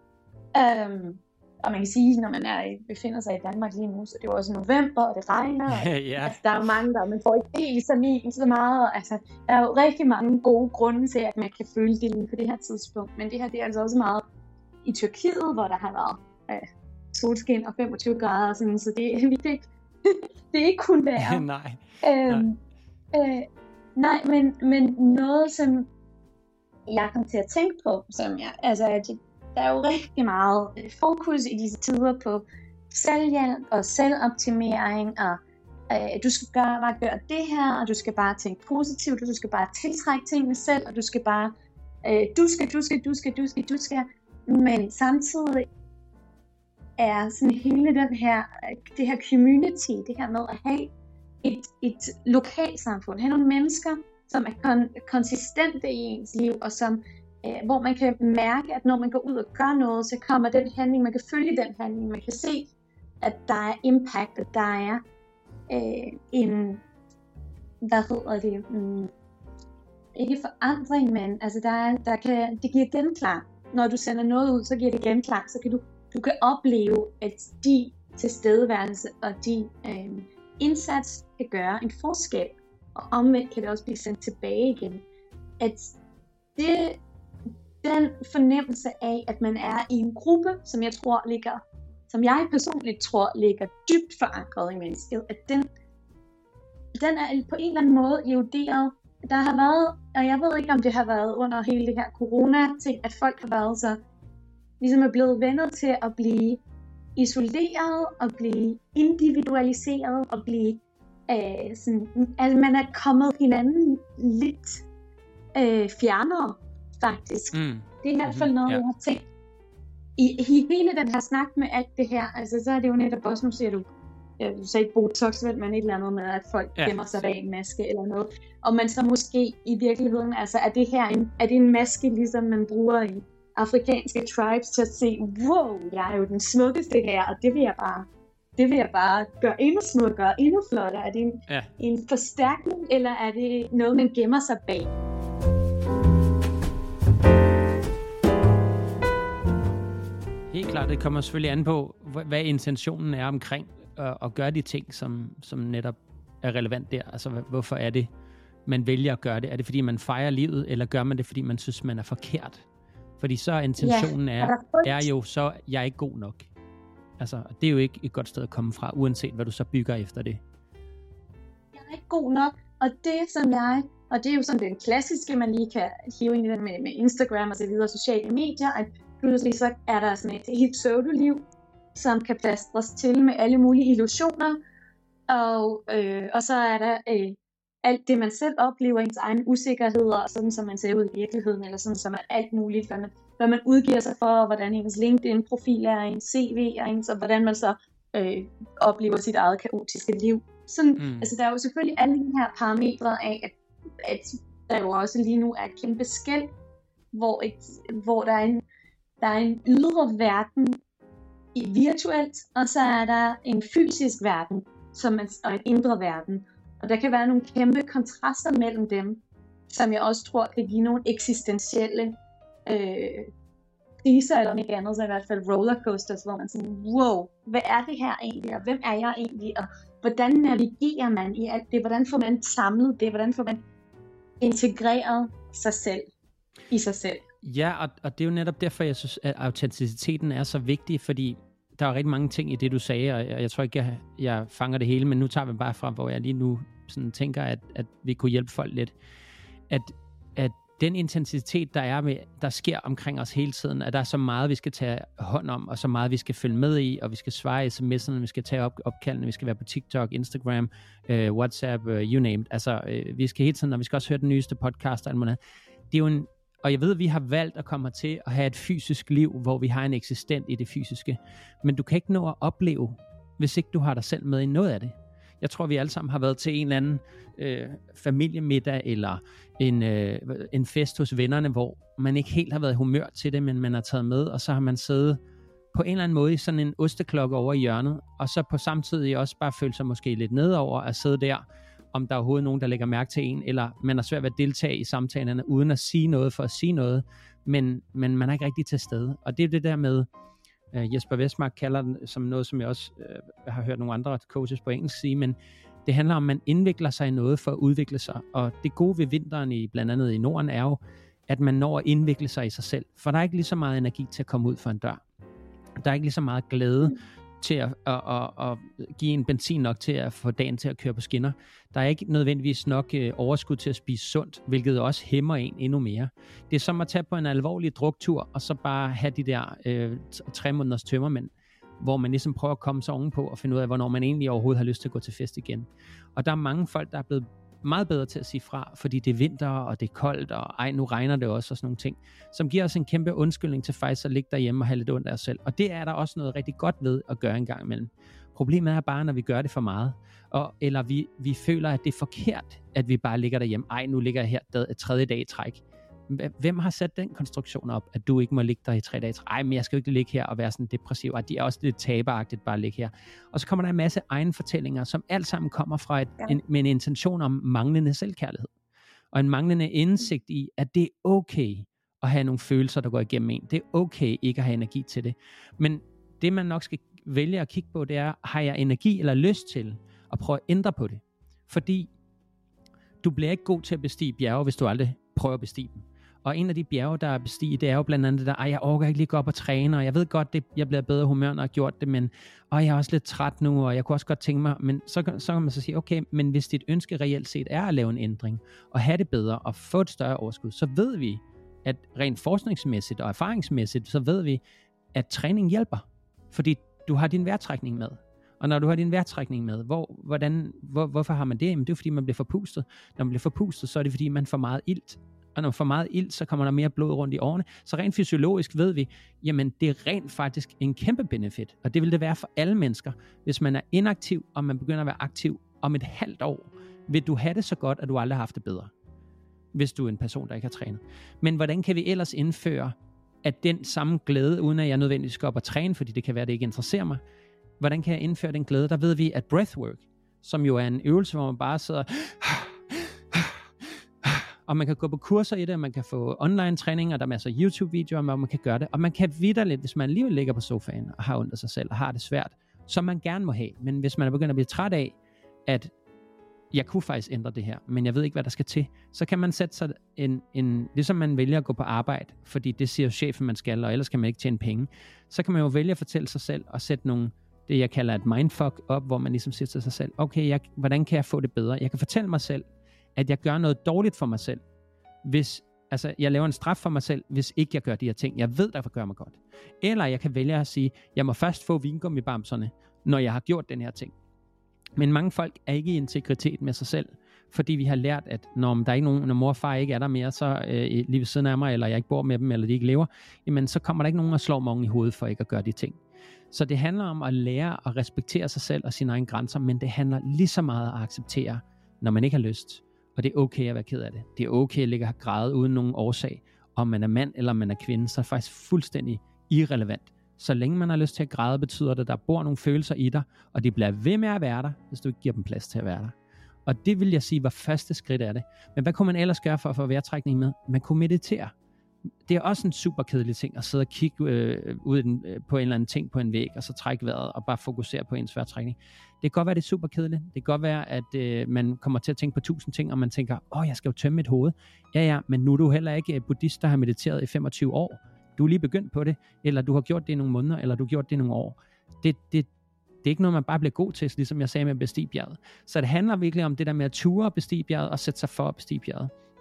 Um, og man kan sige, når man er, befinder sig i Danmark lige nu, så det er jo også november, og det regner. Og, yeah. altså, der er jo mange, der man får ikke helt så min så meget. Altså, der er jo rigtig mange gode grunde til, at man kan føle det lige på det her tidspunkt. Men det her, det er altså også meget i Tyrkiet, hvor der har været øh, solskin og femogtyve grader, sådan, så det, det, det, det er ikke kun der. nej. Øhm, nej. Øh, nej, men, men noget, som jeg kom til at tænke på, som jeg, altså, der er jo rigtig meget fokus i disse tider på selvhjælp og selvoptimering, og øh, du skal gøre, bare gøre det her, og du skal bare tænke positivt, og du skal bare tiltrække tingene selv, og du skal bare, øh, du skal, du skal, du skal, du skal, du skal, men samtidig er sådan hele den her, det her community, det her med at have et, et lokalsamfund, have nogle mennesker, som er kon- konsistente i ens liv, og som, øh, hvor man kan mærke, at når man går ud og gør noget, så kommer den handling, man kan følge den handling, man kan se, at der er impact, at der er øh, en, hvad hedder det, um, ikke forandring, men altså der, er, der kan, det giver genklang. Når du sender noget ud, så giver det genklang, så kan du, du kan opleve, at de tilstedeværelse og de øh, indsats kan gøre en forskel. Og omvendt kan det også blive sendt tilbage igen. At det, den fornemmelse af, at man er i en gruppe, som jeg tror ligger, som jeg personligt tror ligger dybt forankret i mennesket, at den, den er på en eller anden måde eroderet. Der har været, og jeg ved ikke om det har været under hele det her corona-ting, at folk har været så, ligesom er blevet vendt til at blive isoleret, og blive individualiseret, og blive øh, sådan, altså man er kommet hinanden lidt øh, fjernere, faktisk. Mm. Det er i hvert fald noget, mm-hmm. jeg har tænkt. I, I hele den her snak med alt det her, altså så er det jo netop også, nu siger du, du sagde ikke Botox, vel, men et eller andet med, at folk ja. gemmer sig bag en maske eller noget. Og man så måske i virkeligheden, altså er det her en, er det en maske, ligesom man bruger i afrikanske tribes til at se, wow, jeg er jo den smukkeste her, og det vil jeg bare, det vil jeg bare gøre endnu smukkere, endnu flottere. Er det en, ja. en forstærkning, eller er det noget, man gemmer sig bag? Helt klart, det kommer selvfølgelig an på, hvad intentionen er omkring at gøre de ting, som, som netop er relevant der. Altså, hvorfor er det, man vælger at gøre det? Er det, fordi man fejrer livet, eller gør man det, fordi man synes, man er forkert? Fordi så er intentionen er, er jo så, jeg er ikke god nok. Altså, det er jo ikke et godt sted at komme fra, uanset hvad du så bygger efter det. Jeg er ikke god nok, og det som jeg, og det er jo sådan den klassiske, man lige kan hive ind i den med, med Instagram og så videre, sociale medier, at pludselig så er der sådan et helt pseudoliv, som kan plastres til med alle mulige illusioner, og, øh, og så er der øh, alt det, man selv oplever, ens egne usikkerheder, sådan som man ser ud i virkeligheden, eller sådan som er alt muligt, hvad man, hvad man udgiver sig for, hvordan ens LinkedIn-profil er, ens C V er, ens, og hvordan man så øh, oplever sit eget kaotiske liv. Sådan, mm. Altså der er jo selvfølgelig alle de her parametre af, at, at der jo også lige nu er et kæmpe skel, hvor, et, hvor der, er en, der er en ydre verden, virtuelt, og så er der en fysisk verden som en, og en indre verden. Og der kan være nogle kæmpe kontraster mellem dem, som jeg også tror kan give nogle eksistentielle øh, kriser, eller ikke andet, så i hvert fald rollercoasters, hvor man sådan, wow, hvad er det her egentlig, og hvem er jeg egentlig, og hvordan navigerer man i alt det, hvordan får man samlet det, hvordan får man integreret sig selv i sig selv. Ja, og, og det er jo netop derfor, jeg synes, at autenticiteten er så vigtig, fordi der er rigtig mange ting i det, du sagde, og jeg, jeg tror ikke, jeg, jeg fanger det hele, men nu tager vi bare fra, hvor jeg lige nu sådan tænker, at, at vi kunne hjælpe folk lidt. At, at den intensitet, der er med, der sker omkring os hele tiden, at der er så meget, vi skal tage hånd om, og så meget, vi skal følge med i, og vi skal svare i sms'erne, vi skal tage op, opkaldene, vi skal være på TikTok, Instagram, øh, WhatsApp, øh, you name it. Altså, øh, vi skal hele tiden, og vi skal også høre den nyeste podcast, og alt muligt. Det er jo en, og jeg ved, at vi har valgt at komme til at have et fysisk liv, hvor vi har en eksistent i det fysiske, men du kan ikke nå at opleve, hvis ikke du har dig selv med i noget af det. Jeg tror, vi alle sammen har været til en eller anden øh, familiemiddag eller en, øh, en fest hos vennerne, hvor man ikke helt har været i humør til det, men man har taget med, og så har man siddet på en eller anden måde i sådan en osteklokke over i hjørnet, og så på samtidig også bare følt sig måske lidt nedover at sidde der, om der er overhovedet nogen, der lægger mærke til en, eller man har svært ved at deltage i samtalerne, uden at sige noget for at sige noget, men, men man er ikke rigtig til stede. Og det er det der med, Uh, Jesper Vestmark kalder den som noget, som jeg også uh, har hørt nogle andre coaches på engelsk sige, men det handler om, at man indvikler sig i noget for at udvikle sig, og det gode ved vinteren i blandt andet i Norden er jo, at man når at indvikle sig i sig selv, for der er ikke lige så meget energi til at komme ud for en dør. Der er ikke lige så meget glæde til at, at, at, at give en benzin nok til at få dagen til at køre på skinner. Der er ikke nødvendigvis nok øh, overskud til at spise sundt, hvilket også hæmmer en endnu mere. Det er som at tage på en alvorlig druktur, og så bare have de der øh, tre måneders tømmermænd, hvor man ligesom prøver at komme sig ovenpå og finde ud af, hvornår man egentlig overhovedet har lyst til at gå til fest igen. Og der er mange folk, der er blevet meget bedre til at sige fra, fordi det er vinter, og det er koldt, og ej, nu regner det også, og sådan nogle ting, som giver os en kæmpe undskyldning til faktisk at ligge derhjemme og have lidt ondt af os selv. Og det er der også noget rigtig godt ved at gøre en gang imellem. Problemet er bare, når vi gør det for meget, og, eller vi, vi føler, at det er forkert, at vi bare ligger derhjemme. Ej, nu ligger jeg her et tredje dag i træk. Hvem har sat den konstruktion op, at du ikke må ligge der i tre dage? Ej, men jeg skal jo ikke ligge her og være sådan depressiv, og de er også lidt taberagtigt bare at ligge her. Og så kommer der en masse egne fortællinger, som alt sammen kommer fra et, en, med en intention om manglende selvkærlighed. Og en manglende indsigt i, at det er okay at have nogle følelser, der går igennem en. Det er okay ikke at have energi til det. Men det, man nok skal vælge at kigge på, det er, har jeg energi eller lyst til at prøve at ændre på det? Fordi du bliver ikke god til at bestige bjerge, hvis du aldrig prøver at bestige dem. Og en af de bjerge, der er bestiget, det er jo blandt andet det der, ej, jeg orker ikke lige gå op og træne, og jeg ved godt, det, jeg bliver bedre humør, når jeg har gjort det, men og jeg er også lidt træt nu, og jeg kunne også godt tænke mig, men så, så kan man så sige, okay, men hvis dit ønske reelt set er at lave en ændring, og have det bedre, og få et større overskud, så ved vi, at rent forskningsmæssigt og erfaringsmæssigt, så ved vi, at træning hjælper, fordi du har din vejrtrækning med. Og når du har din vejrtrækning med, hvor, hvordan, hvor, hvorfor har man det? Jamen, det er fordi, man bliver forpustet. Når man bliver forpustet, så er det fordi, man får meget ilt. Og når man får meget ilt, så kommer der mere blod rundt i årene. Så rent fysiologisk ved vi, jamen det er rent faktisk en kæmpe benefit. Og det vil det være for alle mennesker. Hvis man er inaktiv, og man begynder at være aktiv om et halvt år, vil du have det så godt, at du aldrig har haft det bedre. Hvis du er en person, der ikke har trænet. Men hvordan kan vi ellers indføre, at den samme glæde, uden at jeg nødvendigvis skal op og træne, fordi det kan være, at det ikke interesserer mig, hvordan kan jeg indføre den glæde? Der ved vi, at breathwork, som jo er en øvelse, hvor man bare sidder, og man kan gå på kurser i det, og man kan få online træning, og der er masser af YouTube-videoer, hvor man kan gøre det, og man kan vitterligt, hvis man alligevel ligger på sofaen, og har ondt af sig selv, og har det svært, som man gerne må have, men hvis man er begyndt at blive træt af, at jeg kunne faktisk ændre det her, men jeg ved ikke, hvad der skal til, så kan man sætte sig en, en ligesom man vælger at gå på arbejde, fordi det siger chefen, man skal, og ellers kan man ikke tjene penge, så kan man jo vælge at fortælle sig selv, og sætte nogle, det jeg kalder et mindfuck op, hvor man ligesom siger til sig selv, okay, jeg, hvordan kan jeg få det bedre? Jeg kan fortælle mig selv, at jeg gør noget dårligt for mig selv, hvis altså, jeg laver en straf for mig selv, hvis ikke jeg gør de her ting, jeg ved, der gør mig godt. Eller jeg kan vælge at sige, jeg må først få vingummibamserne, når jeg har gjort den her ting. Men mange folk er ikke i integritet med sig selv, fordi vi har lært, at når der er ikke nogen, når mor og far ikke er der mere, så øh, lige ved siden af mig, eller jeg ikke bor med dem, eller de ikke lever, jamen så kommer der ikke nogen og slår mig oven i hovedet for ikke at gøre de ting. Så det handler om at lære at respektere sig selv og sine egne grænser, men det handler lige så meget at acceptere, når man ikke har lyst. Og det er okay at være ked af det. Det er okay at ligge og græde uden nogen årsag. Om man er mand eller man er kvinde, så er det faktisk fuldstændig irrelevant. Så længe man har lyst til at græde, betyder det, at der bor nogle følelser i dig, og de bliver ved med at være der, hvis du ikke giver dem plads til at være der. Og det vil jeg sige var første skridt af det. Men hvad kunne man ellers gøre for at få vejrtrækning med? Man kunne meditere. Det er også en super kedelig ting at sidde og kigge øh, ud den, øh, på en eller anden ting på en væg, og så trække vejret og bare fokusere på ens vejrtrækning. Det kan godt være, det er super kedeligt. Det kan godt være, at øh, man kommer til at tænke på tusind ting, og man tænker, åh, jeg skal jo tømme mit hoved. Ja, ja, men nu er du heller ikke buddhist, der har mediteret i femogtyve år. Du er lige begyndt på det, eller du har gjort det i nogle måneder, eller du har gjort det i nogle år. Det, det, det er ikke noget, man bare bliver god til, ligesom jeg sagde med at bestige bjerget. Så det handler virkelig om det der med at ture og bestige bjerget, og sætte sig for at bestige bjerget.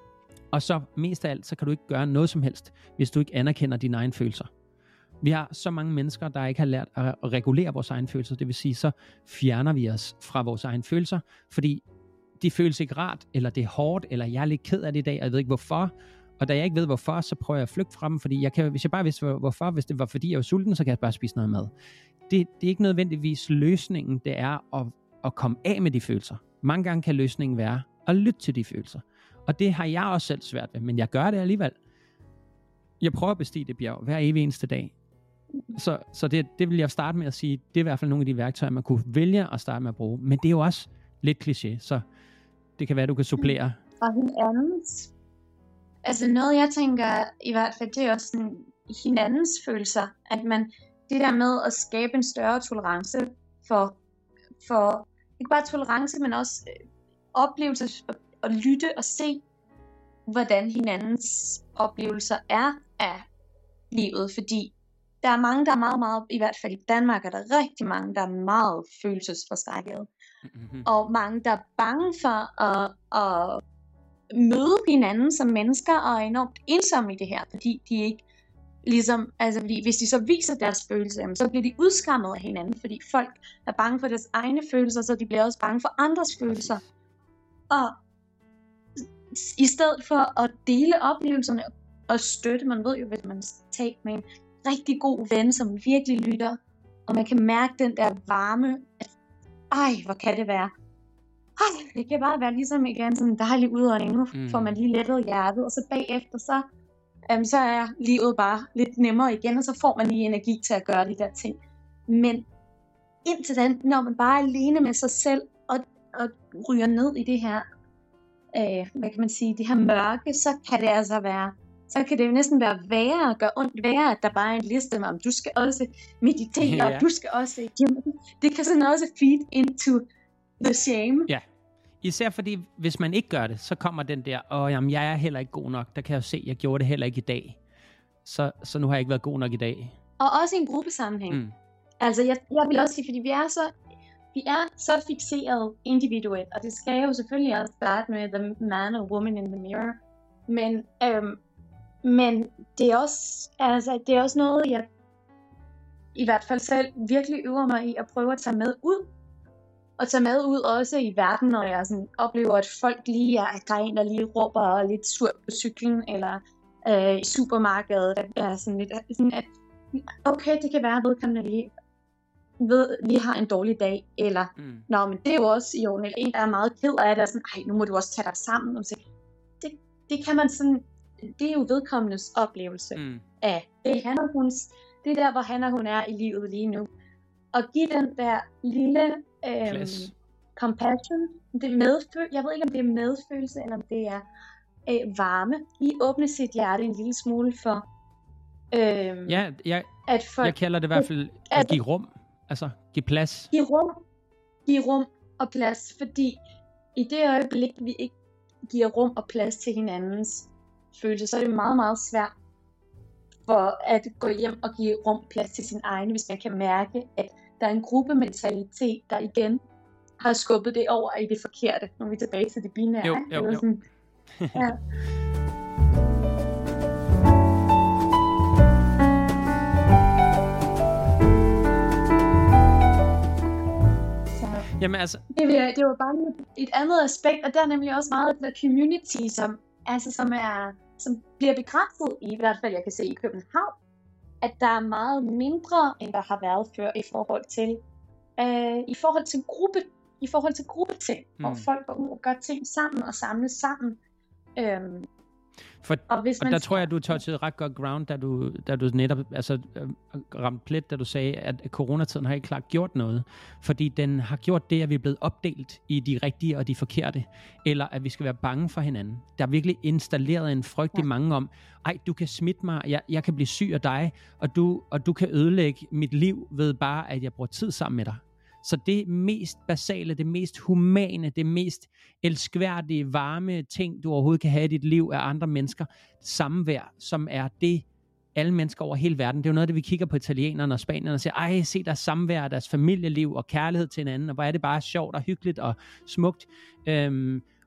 Og så mest af alt, så kan du ikke gøre noget som helst, hvis du ikke anerkender dine egne følelser. Vi har så mange mennesker, der ikke har lært at regulere vores egne følelser. Det vil sige, så fjerner vi os fra vores egne følelser, fordi de føles ikke rart, eller det er hårdt, eller jeg er lidt ked af det i dag, og jeg ved ikke hvorfor. Og da jeg ikke ved hvorfor, så prøver jeg at flygte fra dem, fordi jeg kan, hvis jeg bare vidste hvorfor, hvis det var fordi jeg var sulten, så kan jeg bare spise noget mad. Det, det er ikke nødvendigvis løsningen, det er at, at komme af med de følelser. Mange gange kan løsningen være at lytte til de følelser. Og det har jeg også selv svært ved, men jeg gør det alligevel. Jeg prøver at bestige det bjerg hver evig eneste dag. Så, så det, det vil jeg starte med at sige, det er i hvert fald nogle af de værktøjer, man kunne vælge at starte med at bruge. Men det er jo også lidt kliché, så det kan være, du kan supplere. Og hinandens. Altså noget, jeg tænker i hvert fald, det er også sådan, hinandens følelser. At man, det der med at skabe en større tolerance for, for ikke bare tolerance, men også oplevelser og, og lytte og se, hvordan hinandens oplevelser er af livet. Fordi der er mange, der er meget, meget, i hvert fald i Danmark, er der rigtig mange, der er meget følelsesforskrækkede. Mm-hmm. Og mange, der er bange for at, at møde hinanden som mennesker, og er enormt ensomme i det her, fordi de ikke ligesom, altså fordi hvis de så viser deres følelser, jamen, så bliver de udskammet af hinanden, fordi folk er bange for deres egne følelser, så de bliver også bange for andres følelser. Og i stedet for at dele oplevelserne og støtte, man ved jo, hvis man tager med en rigtig god ven, som virkelig lytter, og man kan mærke den der varme, at ej, hvor kan det være. Ej, det kan bare være ligesom igen sådan en dejlig udånding. Nu mm. får man lige lettet hjertet, og så bagefter, så, øhm, så er livet bare lidt nemmere igen, og så får man lige energi til at gøre de der ting. Men indtil den, når man bare er alene med sig selv, og, og ryger ned i det her, øh, hvad kan man sige, det her mørke, så kan det altså være, så kan det jo næsten være værre at gøre ondt værre, at der bare er en liste med, om du skal også meditere, ja. Og du skal også, jamen, det kan sådan også feed into the shame. Ja, især fordi, hvis man ikke gør det, så kommer den der, åh, jamen, jeg er heller ikke god nok, der kan jeg jo se, jeg gjorde det heller ikke i dag, så, så nu har jeg ikke været god nok i dag. Og også i en gruppesammenhæng. Mm. Altså, jeg, jeg vil også sige, fordi vi er så, vi er så fixeret individuelt, og det skal jo selvfølgelig også starte med the man or woman in the mirror, men øhm, Men det er også, altså, det er også noget, jeg i hvert fald selv virkelig øver mig i at prøve at tage med ud. Og tage med ud også i verden, når jeg sådan oplever, at folk lige er, at der er en, der lige råber og lidt sur på cyklen, eller øh, i supermarkedet, at er sådan lidt, sådan at okay, det kan være, at vedkommende lige, ved, lige har en dårlig dag, eller mm. nå, men det er jo også i orden, eller en, der er meget ked af det, og sådan, ej, nu må du også tage dig sammen. Og så, det, det kan man sådan, det er jo vedkommendes oplevelse mm. af det, han og huns, det er der, hvor han og hun er i livet lige nu. Og give den der lille øhm, compassion, det medføl- jeg ved ikke, om det er medfølelse, eller om det er øh, varme. Lige åbne sit hjerte en lille smule for, øhm, ja, jeg, at for, jeg kalder det i hvert fald at, at give rum, altså give plads. Give rum, give rum og plads, fordi i det øjeblik, vi ikke giver rum og plads til hinandens følelse, så er det meget, meget svært for at gå hjem og give rum og plads til sin egen, hvis man kan mærke, at der er en gruppementalitet, der igen har skubbet det over i det forkerte. Nu er vi tilbage til det binære. Jo, jo, jo. Sådan, ja. Jamen altså, det, det var bare et andet aspekt, og der er nemlig også meget af det community, som, altså, som, er, som bliver begrænset i, i hvert fald jeg kan se i København, at der er meget mindre, end der har været før i forhold til, øh, i forhold til gruppe, i forhold til gruppeting, mm. hvor folk går ud og gør ting sammen og samles sammen. Øhm, For, og, hvis man og der skal... tror jeg, du touchede ret godt ground, da du, da du netop altså, ramte plet, da du sagde, at coronatiden har ikke klart gjort noget. Fordi den har gjort det, at vi er blevet opdelt i de rigtige og de forkerte. Eller at vi skal være bange for hinanden. Der er virkelig installeret en frygt ja. i mange om, ej, du kan smitte mig, jeg, jeg kan blive syg af dig, og du, og du kan ødelægge mit liv ved bare, at jeg bruger tid sammen med dig. Så det mest basale, det mest humane, det mest elskværdige, varme ting, du overhovedet kan have i dit liv af andre mennesker, samvær, som er det, alle mennesker over hele verden. Det er jo noget af det, vi kigger på italienerne og spanierne og siger, ej, se deres samvær, deres familieliv og kærlighed til hinanden, og hvor er det bare sjovt og hyggeligt og smukt. Øhm,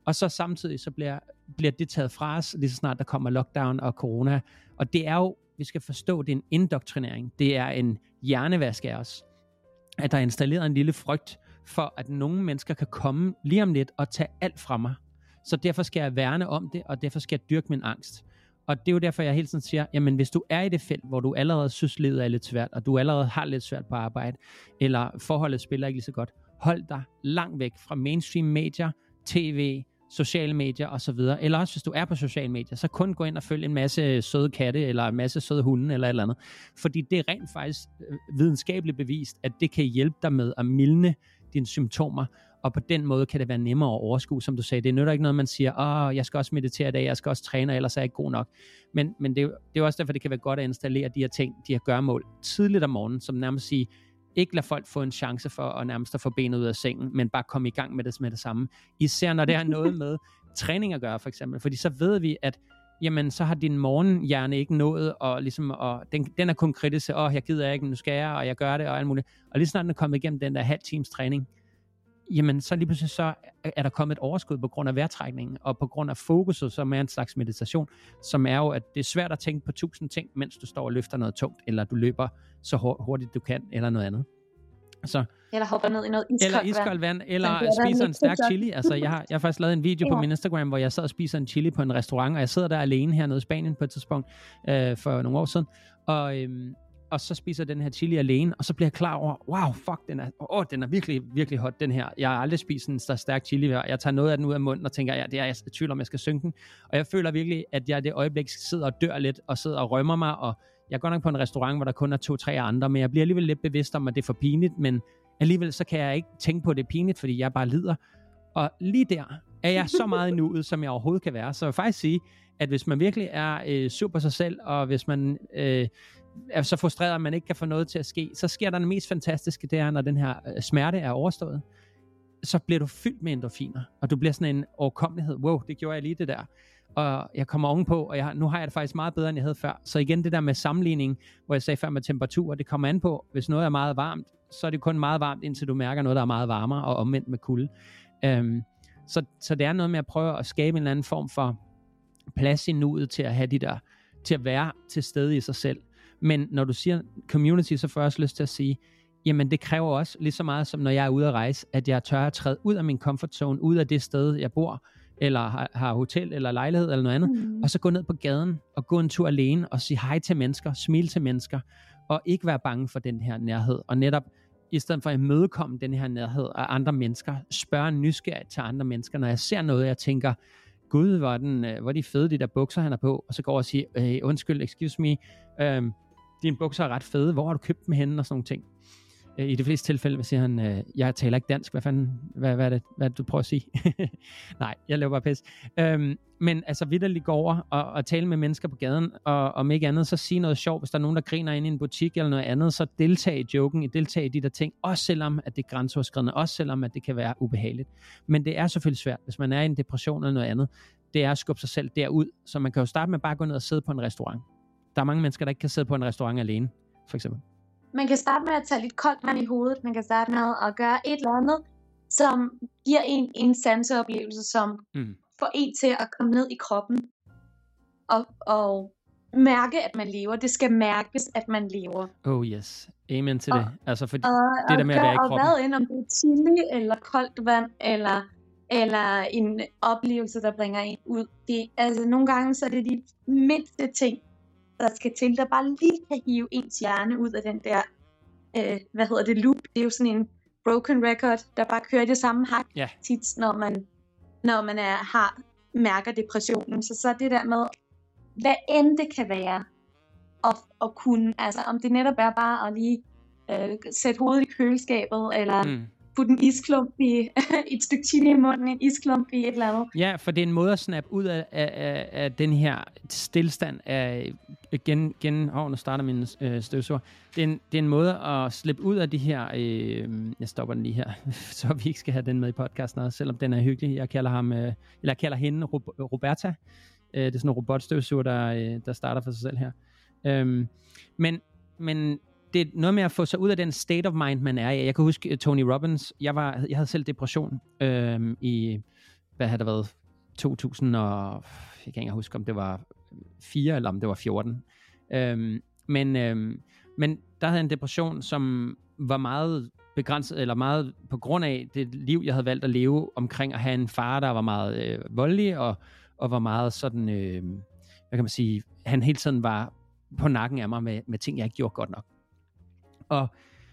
og så samtidig så bliver, bliver det taget fra os, lige så snart der kommer lockdown og corona, og det er jo, vi skal forstå, det er en indoktrinering, det er en hjernevask af os, at der er installeret en lille frygt for, at nogle mennesker kan komme lige om lidt og tage alt fra mig, så derfor skal jeg værne om det, og derfor skal jeg dyrke min angst. Og det er jo derfor, jeg hele tiden siger, jamen hvis du er i det felt, hvor du allerede synes, livet er lidt svært, og du allerede har lidt svært på arbejde, eller forholdet spiller ikke lige så godt, hold dig langt væk fra mainstream medier, tv, sociale medier osv. Eller også hvis du er på sociale medier, så kun gå ind og følge en masse søde katte, eller en masse søde hunde, eller et eller andet. Fordi det er rent faktisk videnskabeligt bevist, at det kan hjælpe dig med at mildne dine symptomer, og på den måde kan det være nemmere at overskue, som du sagde. Det nytter ikke noget, man siger, åh, jeg skal også meditere i dag, jeg skal også træne, ellers er jeg ikke god nok. Men, men det, er jo, det er jo også derfor, det kan være godt at installere de her ting, de her gørmål, tidligt om morgenen, som nærmest siger, ikke lad folk få en chance for at nærmest at få benet ud af sengen, men bare komme i gang med det med det samme. Især når det har noget med træning at gøre, for eksempel. Fordi så ved vi, at jamen, så har din morgenhjerne ikke nået, og, ligesom, og den, den er kun kritisk, åh, jeg gider ikke, nu skal jeg, og jeg gør det, og alt muligt. Og lige snart den er kommet igennem den der halv times træning, jamen så lige pludselig så er der kommet et overskud på grund af vejrtrækningen, og på grund af fokuset, som er en slags meditation, som er jo, at det er svært at tænke på tusind ting, mens du står og løfter noget tungt, eller du løber så hurtigt du kan, eller noget andet. Så, eller hopper ned i noget iskoldt eller iskoldt vand, eller spiser en stærk chili. Altså, jeg har, jeg har faktisk lavet en video ja. på min Instagram, hvor jeg sad og spiser en chili på en restaurant, og jeg sidder der alene hernede i Spanien på et tidspunkt, øh, for nogle år siden, og øhm, og så spiser den her chili alene, og så bliver jeg klar over, wow, fuck, den er, åh, den er virkelig, virkelig hot, den her. Jeg har aldrig spist en så stærk chili her. Jeg tager noget af den ud af munden og tænker, ja, det er jeg i tvivl om, jeg skal synke den. Og jeg føler virkelig, at jeg i det øjeblik sidder og dør lidt, og sidder og rømmer mig, og jeg går nok på en restaurant, hvor der kun er to-tre andre, men jeg bliver alligevel lidt bevidst om, at det er for pinligt, men alligevel så kan jeg ikke tænke på, at det er pinligt, fordi jeg bare lider. Og lige der er jeg så meget i nuet, som jeg overhovedet kan være. Så jeg vil faktisk sige, at hvis man virkelig er øh, sur på sig selv, og hvis man øh, er så frustreret, at man ikke kan få noget til at ske, så sker der det mest fantastiske, det er, når den her øh, smerte er overstået, så bliver du fyldt med endorfiner, og du bliver sådan en overkommelighed. Wow, det gjorde jeg lige det der. Og jeg kommer ovenpå, og jeg, nu har jeg det faktisk meget bedre, end jeg havde før. Så igen det der med sammenligning, hvor jeg sagde før med temperatur, det kommer an på, hvis noget er meget varmt, så er det kun meget varmt, indtil du mærker noget, der er meget varmere, og omvendt med kulde. Øhm, så, så det er noget med at prøve at skabe en eller anden form for plads i nuet til at have de der, til at være til stede i sig selv. Men når du siger community, så får jeg også lyst til at sige, jamen det kræver også lige så meget, som når jeg er ude at rejse, at jeg tør at træde ud af min comfort zone, ud af det sted, jeg bor, eller har, har hotel, eller lejlighed, eller noget andet, mm. og så gå ned på gaden, og gå en tur alene, og sige hej til mennesker, smile til mennesker, og ikke være bange for den her nærhed, og netop i stedet for at imødekomme den her nærhed af andre mennesker, spørge nysgerrigt til andre mennesker, når jeg ser noget, jeg tænker, gud, hvor er, den, hvor er de fede, de der bukser, han er på, og så går jeg og siger, øh, undskyld, excuse me, øh, dine bukser er ret fede, hvor har du købt dem henne, og sådan nogle ting. I de fleste tilfælde vil sige han, øh, jeg taler ikke dansk, hvad fanden, hvad, hvad, er, det, hvad er det, du prøver at sige? Nej, jeg laver bare pis. Øhm, men altså vitterligt gå over og, og tale med mennesker på gaden, og om ikke andet, så sige noget sjovt, hvis der er nogen, der griner inde i en butik eller noget andet, så deltage i joken, deltage i de der ting, også selvom at det er grænseoverskridende, også selvom at det kan være ubehageligt. Men det er selvfølgelig svært, hvis man er i en depression eller noget andet, det er at skubbe sig selv derud, så man kan jo starte med bare at gå ned og sidde på en restaurant. Der er mange mennesker, der ikke kan sidde på en restaurant alene, for eksempel. Man kan starte med at tage lidt koldt vand i hovedet. Man kan starte med at gøre et eller andet, som giver en en sanseoplevelse, som mm. får en til at komme ned i kroppen og, og mærke, at man lever. Det skal mærkes, at man lever. Oh yes. Amen til og, det. Altså for og, det der med at være i kroppen. Og hvad end, om det er chili, eller koldt vand, eller, eller en oplevelse, der bringer en ud. Det, altså nogle gange, så er det de mindste ting, der skal til, der bare lige kan hive ens hjerne ud af den der, øh, hvad hedder det, loop. Det er jo sådan en broken record, der bare kører det samme hak yeah. tit, når man, når man er, har, mærker depressionen. Så så det der med, hvad end det kan være, at, at kunne, altså om det netop er bare at lige øh, sætte hovedet i køleskabet, eller mm. putte en isklump i, et stykke chili i munden, en isklump i et eller andet. Ja, for det er en måde at snappe ud af, af, af den her stillstand af gen, gen oh, nu starter min øh, støvsuger. Det er, en, det er en måde at slippe ud af de her, øh, jeg stopper den lige her, så vi ikke skal have den med i podcasten også, selvom den er hyggelig. Jeg kalder ham, øh, eller jeg kalder hende Roberta. Øh, det er sådan en robotstøvsuger, der, øh, der starter for sig selv her. Øh, men, men det er noget med at få sig ud af den state of mind, man er i. Jeg kan huske Tony Robbins. Jeg, var, jeg havde selv depression øh, i, hvad har det været, to tusind og jeg kan ikke huske, om det var fire eller om det var fjorten. Øhm, men, øhm, men der havde jeg en depression, som var meget begrænset, eller meget på grund af det liv, jeg havde valgt at leve omkring at have en far, der var meget øh, voldelig, og, og var meget sådan, øh, hvad kan man sige, han hele tiden var på nakken af mig med, med ting, jeg ikke gjorde godt nok. Og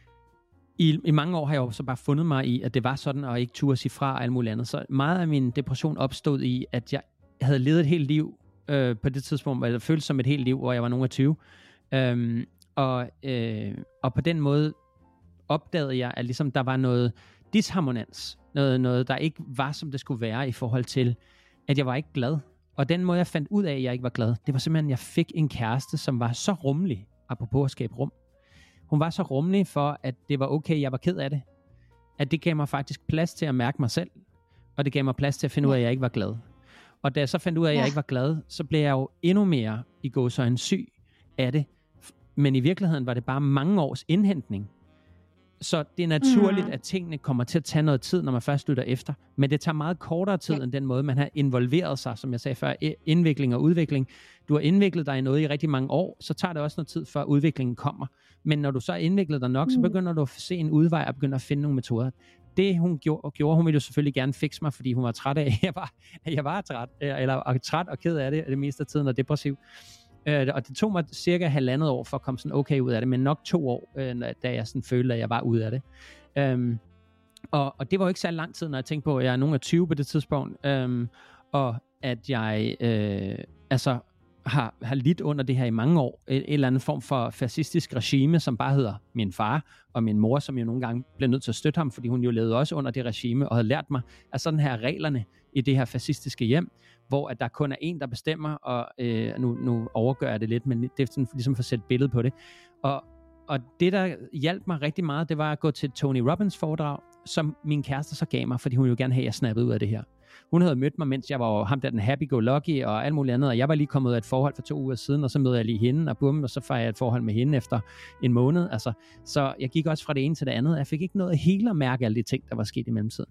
i, i mange år har jeg jo så bare fundet mig i, at det var sådan, og ikke turde sige fra og alt muligt andet. Så meget af min depression opstod i, at jeg havde levet et helt liv øh, på det tidspunkt, eller føltes som et helt liv, hvor jeg var nogen af tyve. Øhm, og, øh, og på den måde opdagede jeg, at ligesom der var noget disharmonans, noget, noget, der ikke var, som det skulle være i forhold til, at jeg var ikke glad. Og den måde, jeg fandt ud af, at jeg ikke var glad, det var simpelthen, at jeg fik en kæreste, som var så rummelig, apropos at skabe rum. Hun var så rummelig for, at det var okay, jeg var ked af det. At det gav mig faktisk plads til at mærke mig selv, og det gav mig plads til at finde ud af, at jeg ikke var glad. Og da jeg så fandt ud af, at jeg ikke var glad, så blev jeg jo endnu mere i gåseøjne syg af det. Men i virkeligheden var det bare mange års indhentning. Så det er naturligt, mm. at tingene kommer til at tage noget tid, når man først lytter efter. Men det tager meget kortere tid, ja. end den måde, man har involveret sig, som jeg sagde før, indvikling og udvikling. Du har indviklet dig i noget i rigtig mange år, så tager det også noget tid, før udviklingen kommer. Men når du så er indviklet dig nok, mm. så begynder du at se en udvej og begynder at finde nogle metoder. Det hun gjorde, gjorde, hun ville jo selvfølgelig gerne fikse mig, fordi hun var træt af, at jeg var, at jeg var træt, eller træt og ked af det, det meste af tiden, og depressiv. Øh, og det tog mig cirka halvandet år for at komme sådan okay ud af det, men nok to år, øh, da jeg sådan følte, at jeg var ude af det. Øhm, og, og det var jo ikke så lang tid, når jeg tænkte på, at jeg er nogen af tyve på det tidspunkt, øhm, og at jeg øh, altså har, har lidt under det her i mange år, et, et eller andet form for fascistisk regime, som bare hedder min far og min mor, som jo nogle gange blev nødt til at støtte ham, fordi hun jo levede også under det regime, og havde lært mig, at sådan her reglerne i det her fascistiske hjem, hvor at der kun er en, der bestemmer, og øh, nu, nu overgør jeg det lidt, men det er sådan, ligesom for at sætte billede på det. Og, og det, der hjalp mig rigtig meget, det var at gå til Tony Robbins foredrag, som min kæreste så gav mig, fordi hun jo gerne have, at jeg snappede ud af det her. Hun havde mødt mig, mens jeg var ham der den happy-go-lucky og alt muligt andet, og jeg var lige kommet ud af et forhold for to uger siden, og så mødte jeg lige hende, og bum, og så fejrede jeg et forhold med hende efter en måned. Altså, så jeg gik også fra det ene til det andet. Jeg fik ikke noget helt at mærke alle de ting, der var sket i mellemtiden.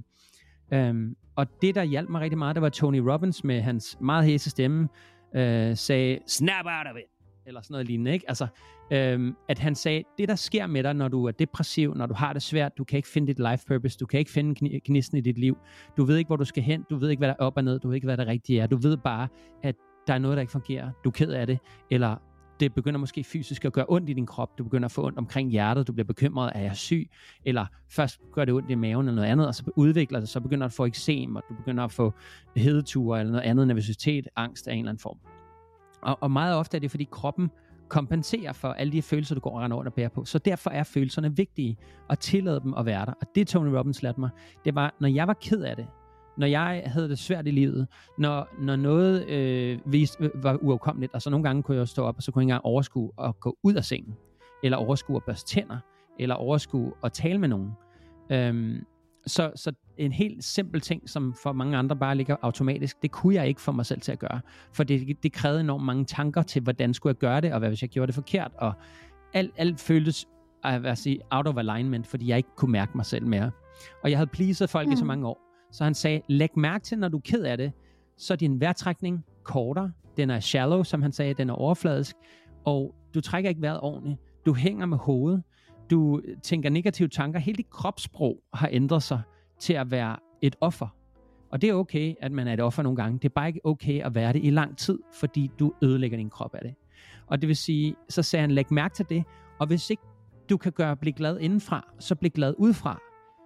Um, og det, der hjalp mig rigtig meget, det var Tony Robbins med hans meget hæse stemme, uh, sagde, snap out of it, eller sådan noget lignende, ikke? Altså, um, at han sagde, det der sker med dig, når du er depressiv, når du har det svært, du kan ikke finde dit life purpose, du kan ikke finde kn- gnisten i dit liv, du ved ikke, hvor du skal hen, du ved ikke, hvad der er op og ned, du ved ikke, hvad der rigtigt er, du ved bare, at der er noget, der ikke fungerer, du er ked af det, eller det begynder måske fysisk at gøre ondt i din krop, du begynder at få ondt omkring hjertet, du bliver bekymret, er jeg syg, eller først gør det ondt i maven eller noget andet, og så udvikler det, så begynder du at få eksem, og du begynder at få hedeture eller noget andet, nervøsitet, angst af en eller anden form. Og, og meget ofte er det, fordi kroppen kompenserer for alle de følelser, du går og render rundt og bærer på. Så derfor er følelserne vigtige, og tillade dem at være der. Og det Tony Robbins lærte mig, det var, når jeg var ked af det, når jeg havde det svært i livet, når, når noget øh, viste, var uoverkommeligt, og så nogle gange kunne jeg stå op, og så kunne jeg ikke engang overskue at gå ud af sengen, eller overskue at børste tænder, eller overskue at tale med nogen. Øhm, så, så en helt simpel ting, som for mange andre bare ligger automatisk, det kunne jeg ikke få mig selv til at gøre, for det, det krævede enormt mange tanker til, hvordan skulle jeg gøre det, og hvad hvis jeg gjorde det forkert, og alt, alt føltes at sige, out of alignment, fordi jeg ikke kunne mærke mig selv mere. Og jeg havde pleaset folk mm. i så mange år. Så han sagde, læg mærke til, når du er ked af det, så er din vejrtrækning kortere, den er shallow, som han sagde, den er overfladisk, og du trækker ikke vejret ordentligt, du hænger med hovedet, du tænker negative tanker, hele dit kropssprog har ændret sig til at være et offer. Og det er okay, at man er et offer nogle gange, det er bare ikke okay at være det i lang tid, fordi du ødelægger din krop af det. Og det vil sige, så sagde han, læg mærke til det, og hvis ikke du kan gøre blive glad indenfra, så bliv glad udefra.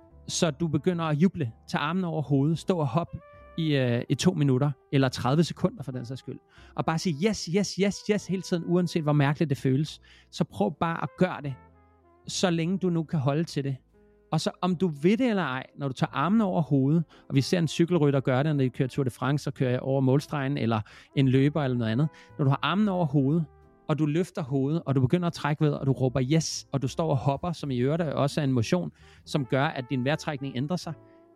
Så du begynder at juble, tage armen over hovedet, stå og hoppe i, øh, i to minutter, eller tredive sekunder for den sags skyld. Og bare sige yes, yes, yes, yes hele tiden, uanset hvor mærkeligt det føles. Så prøv bare at gøre det, så længe du nu kan holde til det. Og så om du ved det eller ej, når du tager armen over hovedet, og vi ser en cykelrytter gøre det, når de kører Tour de France, så kører jeg over målstregen, eller en løber eller noget andet. Når du har armen over hovedet, og du løfter hovedet, og du begynder at trække vejret, og du råber yes, og du står og hopper, som i øvrigt også er en motion, som gør, at din vejrtrækning ændrer sig,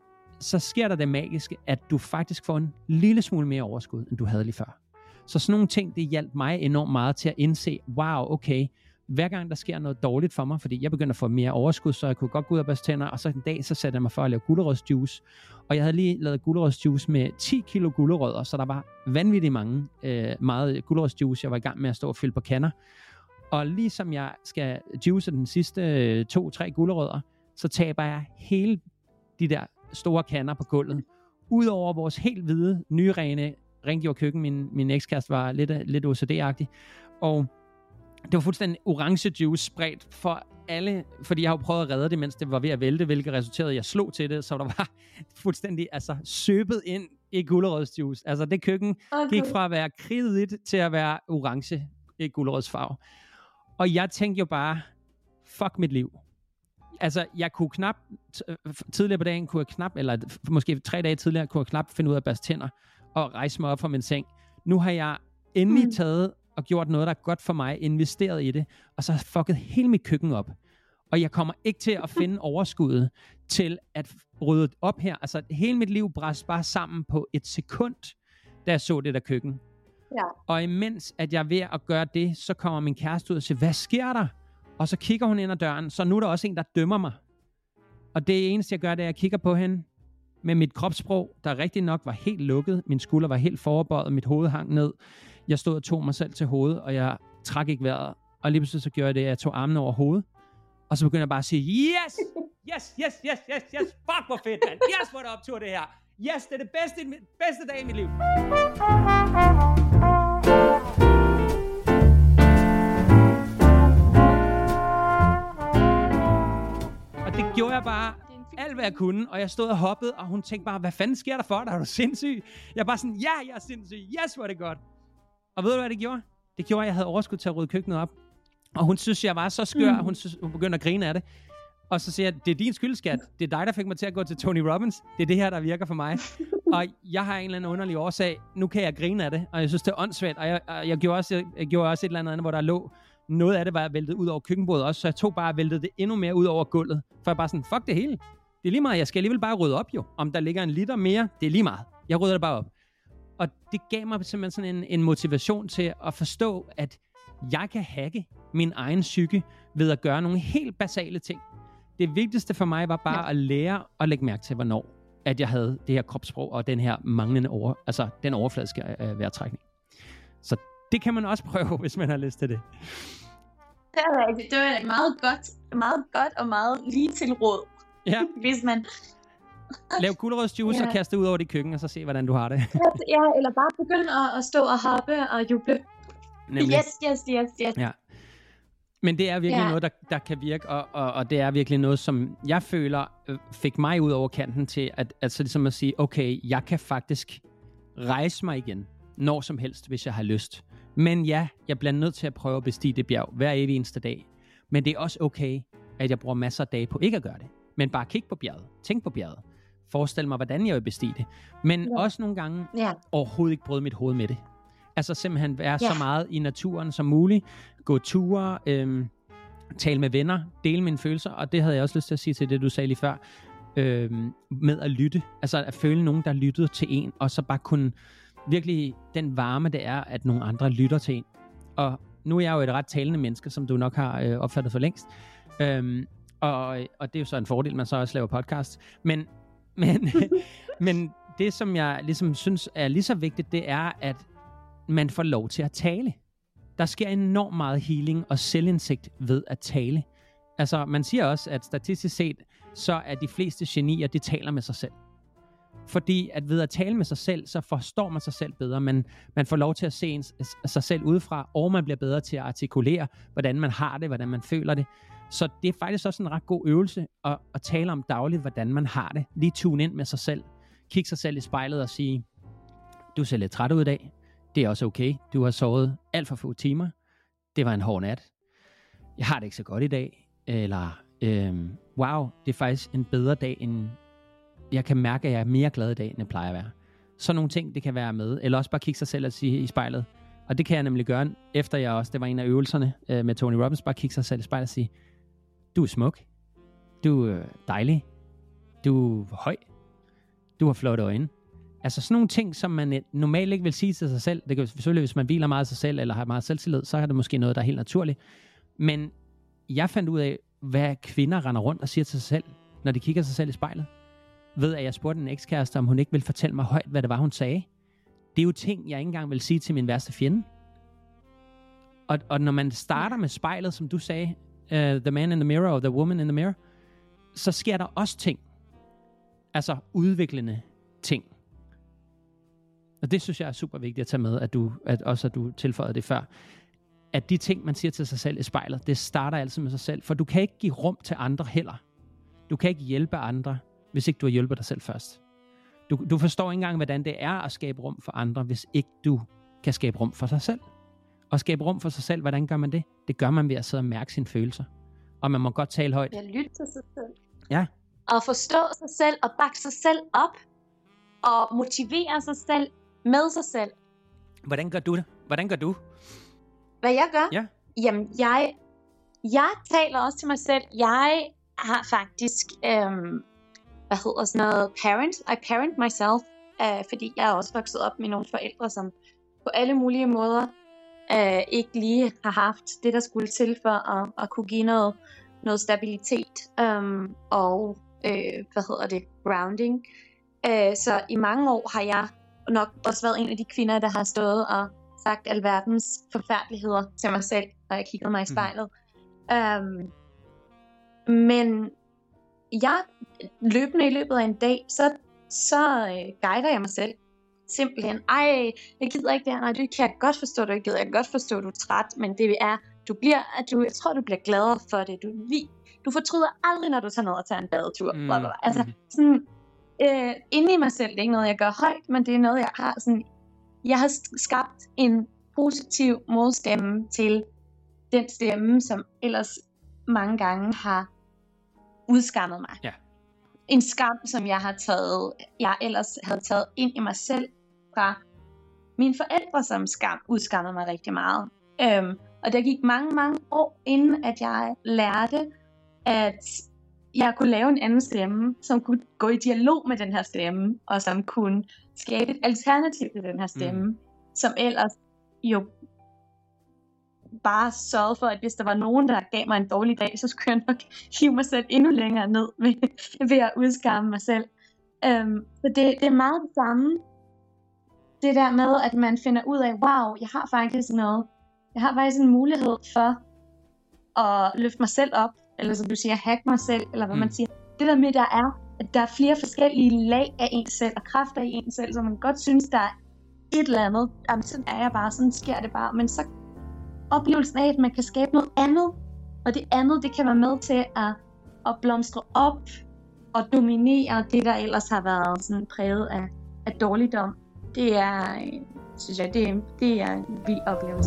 så sker der det magiske, at du faktisk får en lille smule mere overskud, end du havde lige før. Så sådan nogle ting, det hjalp mig enormt meget til at indse, wow, okay, hver gang der sker noget dårligt for mig, fordi jeg begynder at få mere overskud, så jeg kunne godt gå ud og børste tænder, og så en dag, så satte jeg mig for at lave gulerodsjuice, Og jeg havde lige lavet gulerodsjuice med ti kilo gulerødder, så der var vanvittigt mange, øh, meget gulerodsjuice, jeg var i gang med at stå og fylde på kander. Og ligesom jeg skal juice den sidste to-tre gulerødder, så taber jeg hele de der store kander på gulvet. Udover vores helt hvide, nyrene rengjorde køkken. Min, min ekskæreste var lidt, lidt O C D-agtig. Og det var fuldstændig orange juice spredt for alle, fordi jeg har jo prøvet at redde det, mens det var ved at vælte, hvilket resulterede, at jeg slog til det, så der var fuldstændig altså, søbet ind i gulerodsjuice. Altså det køkken okay. gik fra at være kridhvidt til at være orange i gulerodsfarve. Og jeg tænkte jo bare, fuck mit liv. Altså, jeg kunne knap, tidligere på dagen kunne jeg knap, eller måske tre dage tidligere, kunne jeg knap finde ud af at børste tænder og rejse mig op fra min seng. Nu har jeg endelig mm. taget og gjort noget, der er godt for mig, investeret i det, og så har fucket hele mit køkken op. Og jeg kommer ikke til at finde overskuddet til at rydde op her. Altså, hele mit liv brændte bare sammen på et sekund, da jeg så det der køkken. Ja. Og imens at jeg er ved at gøre det, så kommer min kæreste ud og siger, hvad sker der? Og så kigger hun ind ad døren, så nu er der også en, der dømmer mig. Og det eneste, jeg gør, det er, at jeg kigger på hende med mit kropssprog, der rigtig nok var helt lukket. Min skulder var helt forbøjet, mit hoved hang ned. Jeg stod og tog mig selv til hovedet, og jeg trak ikke vejret. Og lige pludselig så gjorde jeg det, at jeg tog armene over hovedet. Og så begyndte jeg bare at sige, yes! Yes, yes, yes, yes, yes! Fuck, hvor fedt, mand! Yes, hvor er det optur, det her! Yes, det er det bedste, bedste dag i mit liv! Det gjorde jeg bare alt, hvad jeg kunne, og jeg stod og hoppede, og hun tænkte bare, hvad fanden sker der for dig? Er du sindssyg? Jeg er bare sådan, ja, jeg er sindssyg. Yes, hvor er det godt. Og ved du, hvad det gjorde? Det gjorde, at jeg havde overskud til at rydde køkkenet op. Og hun synes, jeg var så skør, mm. hun, synes, hun begyndte at grine af det. Og så siger jeg, det er din skyld, skat. Det er dig, der fik mig til at gå til Tony Robbins. Det er det her, der virker for mig. Og jeg har en eller anden underlig årsag. Nu kan jeg grine af det, og jeg synes, det er åndssvagt. Og jeg, og jeg, gjorde, også, jeg gjorde også et eller andet, hvor der lå noget af det var væltet ud over køkkenbordet også, så jeg tog bare og væltede det endnu mere ud over gulvet. For jeg bare sådan, fuck det hele. Det er lige meget, jeg skal alligevel bare rydde op jo. Om der ligger en liter mere, det er lige meget. Jeg rydder det bare op. Og det gav mig simpelthen sådan en, en motivation til at forstå, at jeg kan hacke min egen psyke ved at gøre nogle helt basale ting. Det vigtigste for mig var bare ja. at lære at lægge mærke til, hvornår at jeg havde det her kropssprog og den her manglende over, altså den overfladiske øh, vejrtrækning. Så det kan man også prøve, hvis man har lyst til det. Det er rigtigt. Det var meget godt, meget godt og meget lige til råd. Ja. Hvis man... Lav gulerodsjuice ja. og kaste ud over dit køkken, og så se, hvordan du har det. Ja, eller bare begynde at, at stå og hoppe og juble. Nemlig. Yes, yes, yes, yes. Ja. Men det er virkelig ja. noget, der, der kan virke, og, og, og det er virkelig noget, som jeg føler øh, fik mig ud over kanten til, at, altså ligesom at sige, okay, jeg kan faktisk rejse mig igen, når som helst, hvis jeg har lyst. Men ja, jeg bliver nødt til at prøve at bestige det bjerg hver evig eneste dag. Men det er også okay, at jeg bruger masser af dage på ikke at gøre det. Men bare kig på bjerget. Tænk på bjerget. Forestil mig, hvordan jeg vil bestige det. Men ja. også nogle gange ja. overhovedet ikke bryde mit hoved med det. Altså simpelthen være ja. så meget i naturen som muligt. Gå ture, øhm, tale med venner, dele mine følelser. Og det havde jeg også lyst til at sige til det, du sagde lige før. Øhm, med at lytte. Altså at føle nogen, der lyttede til en. Og så bare kunne virkelig den varme, det er, at nogle andre lytter til en. Og nu er jeg jo et ret talende menneske, som du nok har øh, opfattet for længst. Øhm, og, og det er jo så en fordel, man så også laver podcast. Men, men, men det, som jeg ligesom synes er lige så vigtigt, det er, at man får lov til at tale. Der sker enormt meget healing og selvindsigt ved at tale. Altså, man siger også, at statistisk set, så er de fleste genier, de taler med sig selv. Fordi at ved at tale med sig selv, så forstår man sig selv bedre. Man, man får lov til at se en, sig selv udefra, og man bliver bedre til at artikulere, hvordan man har det, hvordan man føler det. Så det er faktisk også en ret god øvelse at, at tale om dagligt, hvordan man har det. Lige tune ind med sig selv. Kig sig selv i spejlet og sige, du ser lidt træt ud i dag. Det er også okay. Du har sovet alt for få timer. Det var en hård nat. Jeg har det ikke så godt i dag. Eller, øhm, wow, det er faktisk en bedre dag, end jeg kan mærke, at jeg er mere glad i dag, end jeg plejer at være. Sådan nogle ting, det kan være med. Eller også bare kigge sig selv og sige i spejlet. Og det kan jeg nemlig gøre, efter jeg også, det var en af øvelserne øh, med Tony Robbins, bare kigge sig selv i spejlet og sige, du er smuk. Du er dejlig. Du er høj. Du har flotte øjne. Altså sådan nogle ting, som man normalt ikke vil sige til sig selv. Det kan selvfølgelig, hvis man hviler meget af sig selv, eller har meget selvtillid, så er det måske noget, der er helt naturligt. Men jeg fandt ud af, hvad kvinder render rundt og siger til sig selv, når de kigger sig selv i spejlet. ved, at jeg spurgte en ekskæreste, om hun ikke ville fortælle mig højt, hvad det var, hun sagde. Det er jo ting, jeg ikke engang vil sige til min værste fjende. Og, og når man starter med spejlet, som du sagde, uh, the man in the mirror, or the woman in the mirror, så sker der også ting. Altså udviklende ting. Og det synes jeg er super vigtigt at tage med, at du, at også at du tilføjede det før. At de ting, man siger til sig selv i spejlet, det starter altid med sig selv. For du kan ikke give rum til andre heller. Du kan ikke hjælpe andre, hvis ikke du har hjulpet dig selv først. Du, du forstår ikke engang, hvordan det er at skabe rum for andre, hvis ikke du kan skabe rum for sig selv. Og skabe rum for sig selv, hvordan gør man det? Det gør man ved at sidde og mærke sine følelser. Og man må godt tale højt. Ja, lytte til sig selv. Ja. Og forstå sig selv, og bakke sig selv op, og motivere sig selv med sig selv. Hvordan gør du det? Hvordan gør du? Hvad jeg gør? Ja. Jamen, jeg, jeg taler også til mig selv. Jeg har faktisk, øhm, hvad hedder sådan noget, parent. I parent myself, øh, fordi jeg er også vokset op med nogle forældre, som på alle mulige måder øh, ikke lige har haft det, der skulle til for at, at kunne give noget, noget stabilitet øhm, og, øh, hvad hedder det, grounding. Øh, så i mange år har jeg nok også været en af de kvinder, der har stået og sagt alverdens forfærdeligheder til mig selv, og jeg kiggede mig i spejlet. Mm. Øhm, men jeg løbende i løbet af en dag, så, så øh, guider jeg mig selv. Simpelthen, ej, jeg gider ikke det her, nej, det kan jeg godt forstå, du ikke gider, jeg kan godt forstå, du er træt, men det er, du bliver, at du, jeg tror, du bliver gladere for det, du, vi, du fortryder aldrig, når du tager ned og tager en badetur, mm. bla, bla, bla. Altså, sådan, øh, inde i mig selv, det er ikke noget, jeg gør højt, men det er noget, jeg har sådan, jeg har skabt en positiv modstemme til den stemme, som ellers mange gange har udskammet mig. Ja. En skam, som jeg har taget, jeg ellers havde taget ind i mig selv fra mine forældre, som skam, udskammede mig rigtig meget. Øhm, og der gik mange, mange år, inden at jeg lærte, at jeg kunne lave en anden stemme, som kunne gå i dialog med den her stemme, og som kunne skabe et alternativ til den her stemme, mm. som ellers jo bare sørgede for, at hvis der var nogen, der gav mig en dårlig dag, så skulle jeg nok hive mig selv endnu længere ned ved, ved at udskamme mig selv. Um, så det, det er meget det samme. Det der med, at man finder ud af, wow, jeg har faktisk noget. Jeg har faktisk en mulighed for at løfte mig selv op, eller som du siger, hack mig selv, eller hvad mm. man siger. Det der med, der er, at der er flere forskellige lag af en selv, og kræfter i en selv, så man godt synes, der er et eller andet. Jamen, sådan er jeg bare, sådan sker det bare. Men så oplevelsen af, at man kan skabe noget andet, og det andet, det kan være med til at, at blomstre op og dominere det, der ellers har været sådan præget af, af dårligdom. Det er, synes jeg, det, det er en vild oplevelse.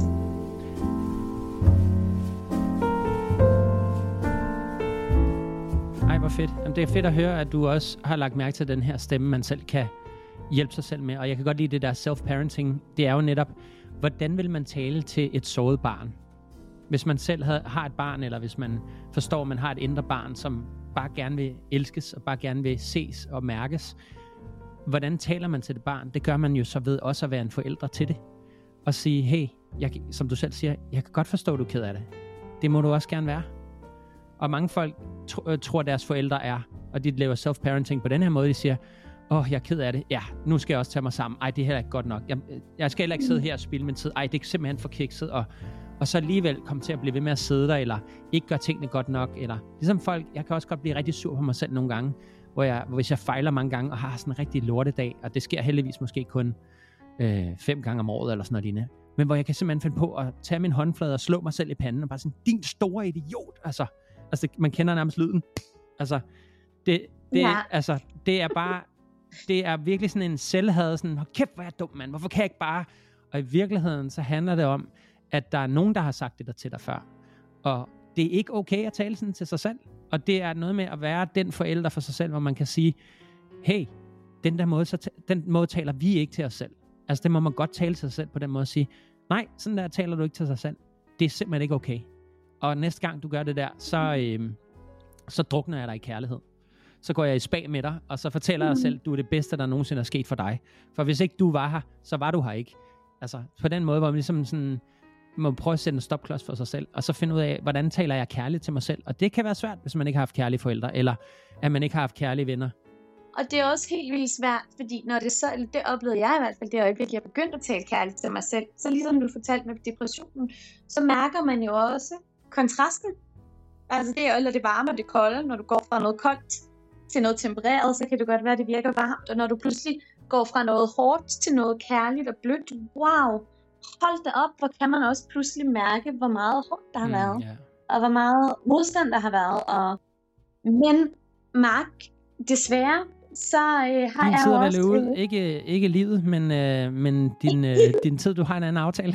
Ej, hvor fedt. Jamen, det er fedt at høre, at du også har lagt mærke til den her stemme, man selv kan hjælpe sig selv med. Og jeg kan godt lide det der self-parenting. Det er jo netop, hvordan vil man tale til et såret barn? Hvis man selv har et barn, eller hvis man forstår, at man har et indre barn, som bare gerne vil elskes, og bare gerne vil ses og mærkes. Hvordan taler man til det barn? Det gør man jo så ved også at være en forælder til det. Og sige, hey, jeg, som du selv siger, jeg kan godt forstå, at du er ked af det. Det må du også gerne være. Og mange folk tr- tror, deres forældre er, og de laver self-parenting på den her måde, de siger, åh, oh, jeg er ked af det. Ja, nu skal jeg også tage mig sammen. Ej, det er heller ikke godt nok. Jeg, jeg skal heller ikke sidde her og spilde min tid. Ej, det er simpelthen for kikset. Og, og så alligevel komme til at blive ved med at sidde der, eller ikke gøre tingene godt nok. Eller ligesom folk, jeg kan også godt blive rigtig sur på mig selv nogle gange, hvor jeg, hvis jeg fejler mange gange, og har sådan en rigtig lortedag, og det sker heldigvis måske kun øh, fem gange om året, eller sådan noget lignende. Men hvor jeg kan simpelthen finde på at tage min håndflade og slå mig selv i panden, og bare sådan, din store idiot. Altså, altså man kender nærmest lyden. Altså, det, det, ja. altså, det er bare... Det er virkelig sådan en selvhad, sådan, hold kæft, hvor er jeg dum, mand, hvorfor kan jeg ikke bare? Og i virkeligheden, så handler det om, at der er nogen, der har sagt det der til dig før. Og det er ikke okay at tale sådan til sig selv. Og det er noget med at være den forælder for sig selv, hvor man kan sige, hey, den der måde, så t- den måde taler vi ikke til os selv. Altså det må man godt tale til sig selv på den måde og sige, nej, sådan der taler du ikke til sig selv. Det er simpelthen ikke okay. Og næste gang du gør det der, så, øh, så drukner jeg dig i kærlighed. Så går jeg i spa med dig, og så fortæller jeg dig selv, du er det bedste, der nogensinde er sket for dig. For hvis ikke du var her, så var du her ikke. Altså på den måde, hvor man ligesom sådan, må prøve at sætte en stopklods for sig selv, og så finde ud af, hvordan taler jeg kærligt til mig selv. Og det kan være svært, hvis man ikke har haft kærlige forældre, eller at man ikke har haft kærlige venner. Og det er også helt vildt svært, fordi når det så, det oplevede jeg i hvert fald, det øjeblik, jeg begyndte at tale kærligt til mig selv, så ligesom du fortalte med depressionen, så mærker man jo også kontrasten. Altså det er eller det varme og det kolde, når du går fra noget koldt til noget tempereret, så kan det godt være, at det virker varmt, og når du pludselig går fra noget hårdt til noget kærligt og blødt, wow, hold da op, hvor kan man også pludselig mærke, hvor meget hårdt der har været, mm, yeah. og hvor meget modstand der har været, og men Mark, desværre, så øh, har din jeg tid at også... vælge ud. Ikke, ikke livet, men, øh, men din, øh, din tid, du har en anden aftale.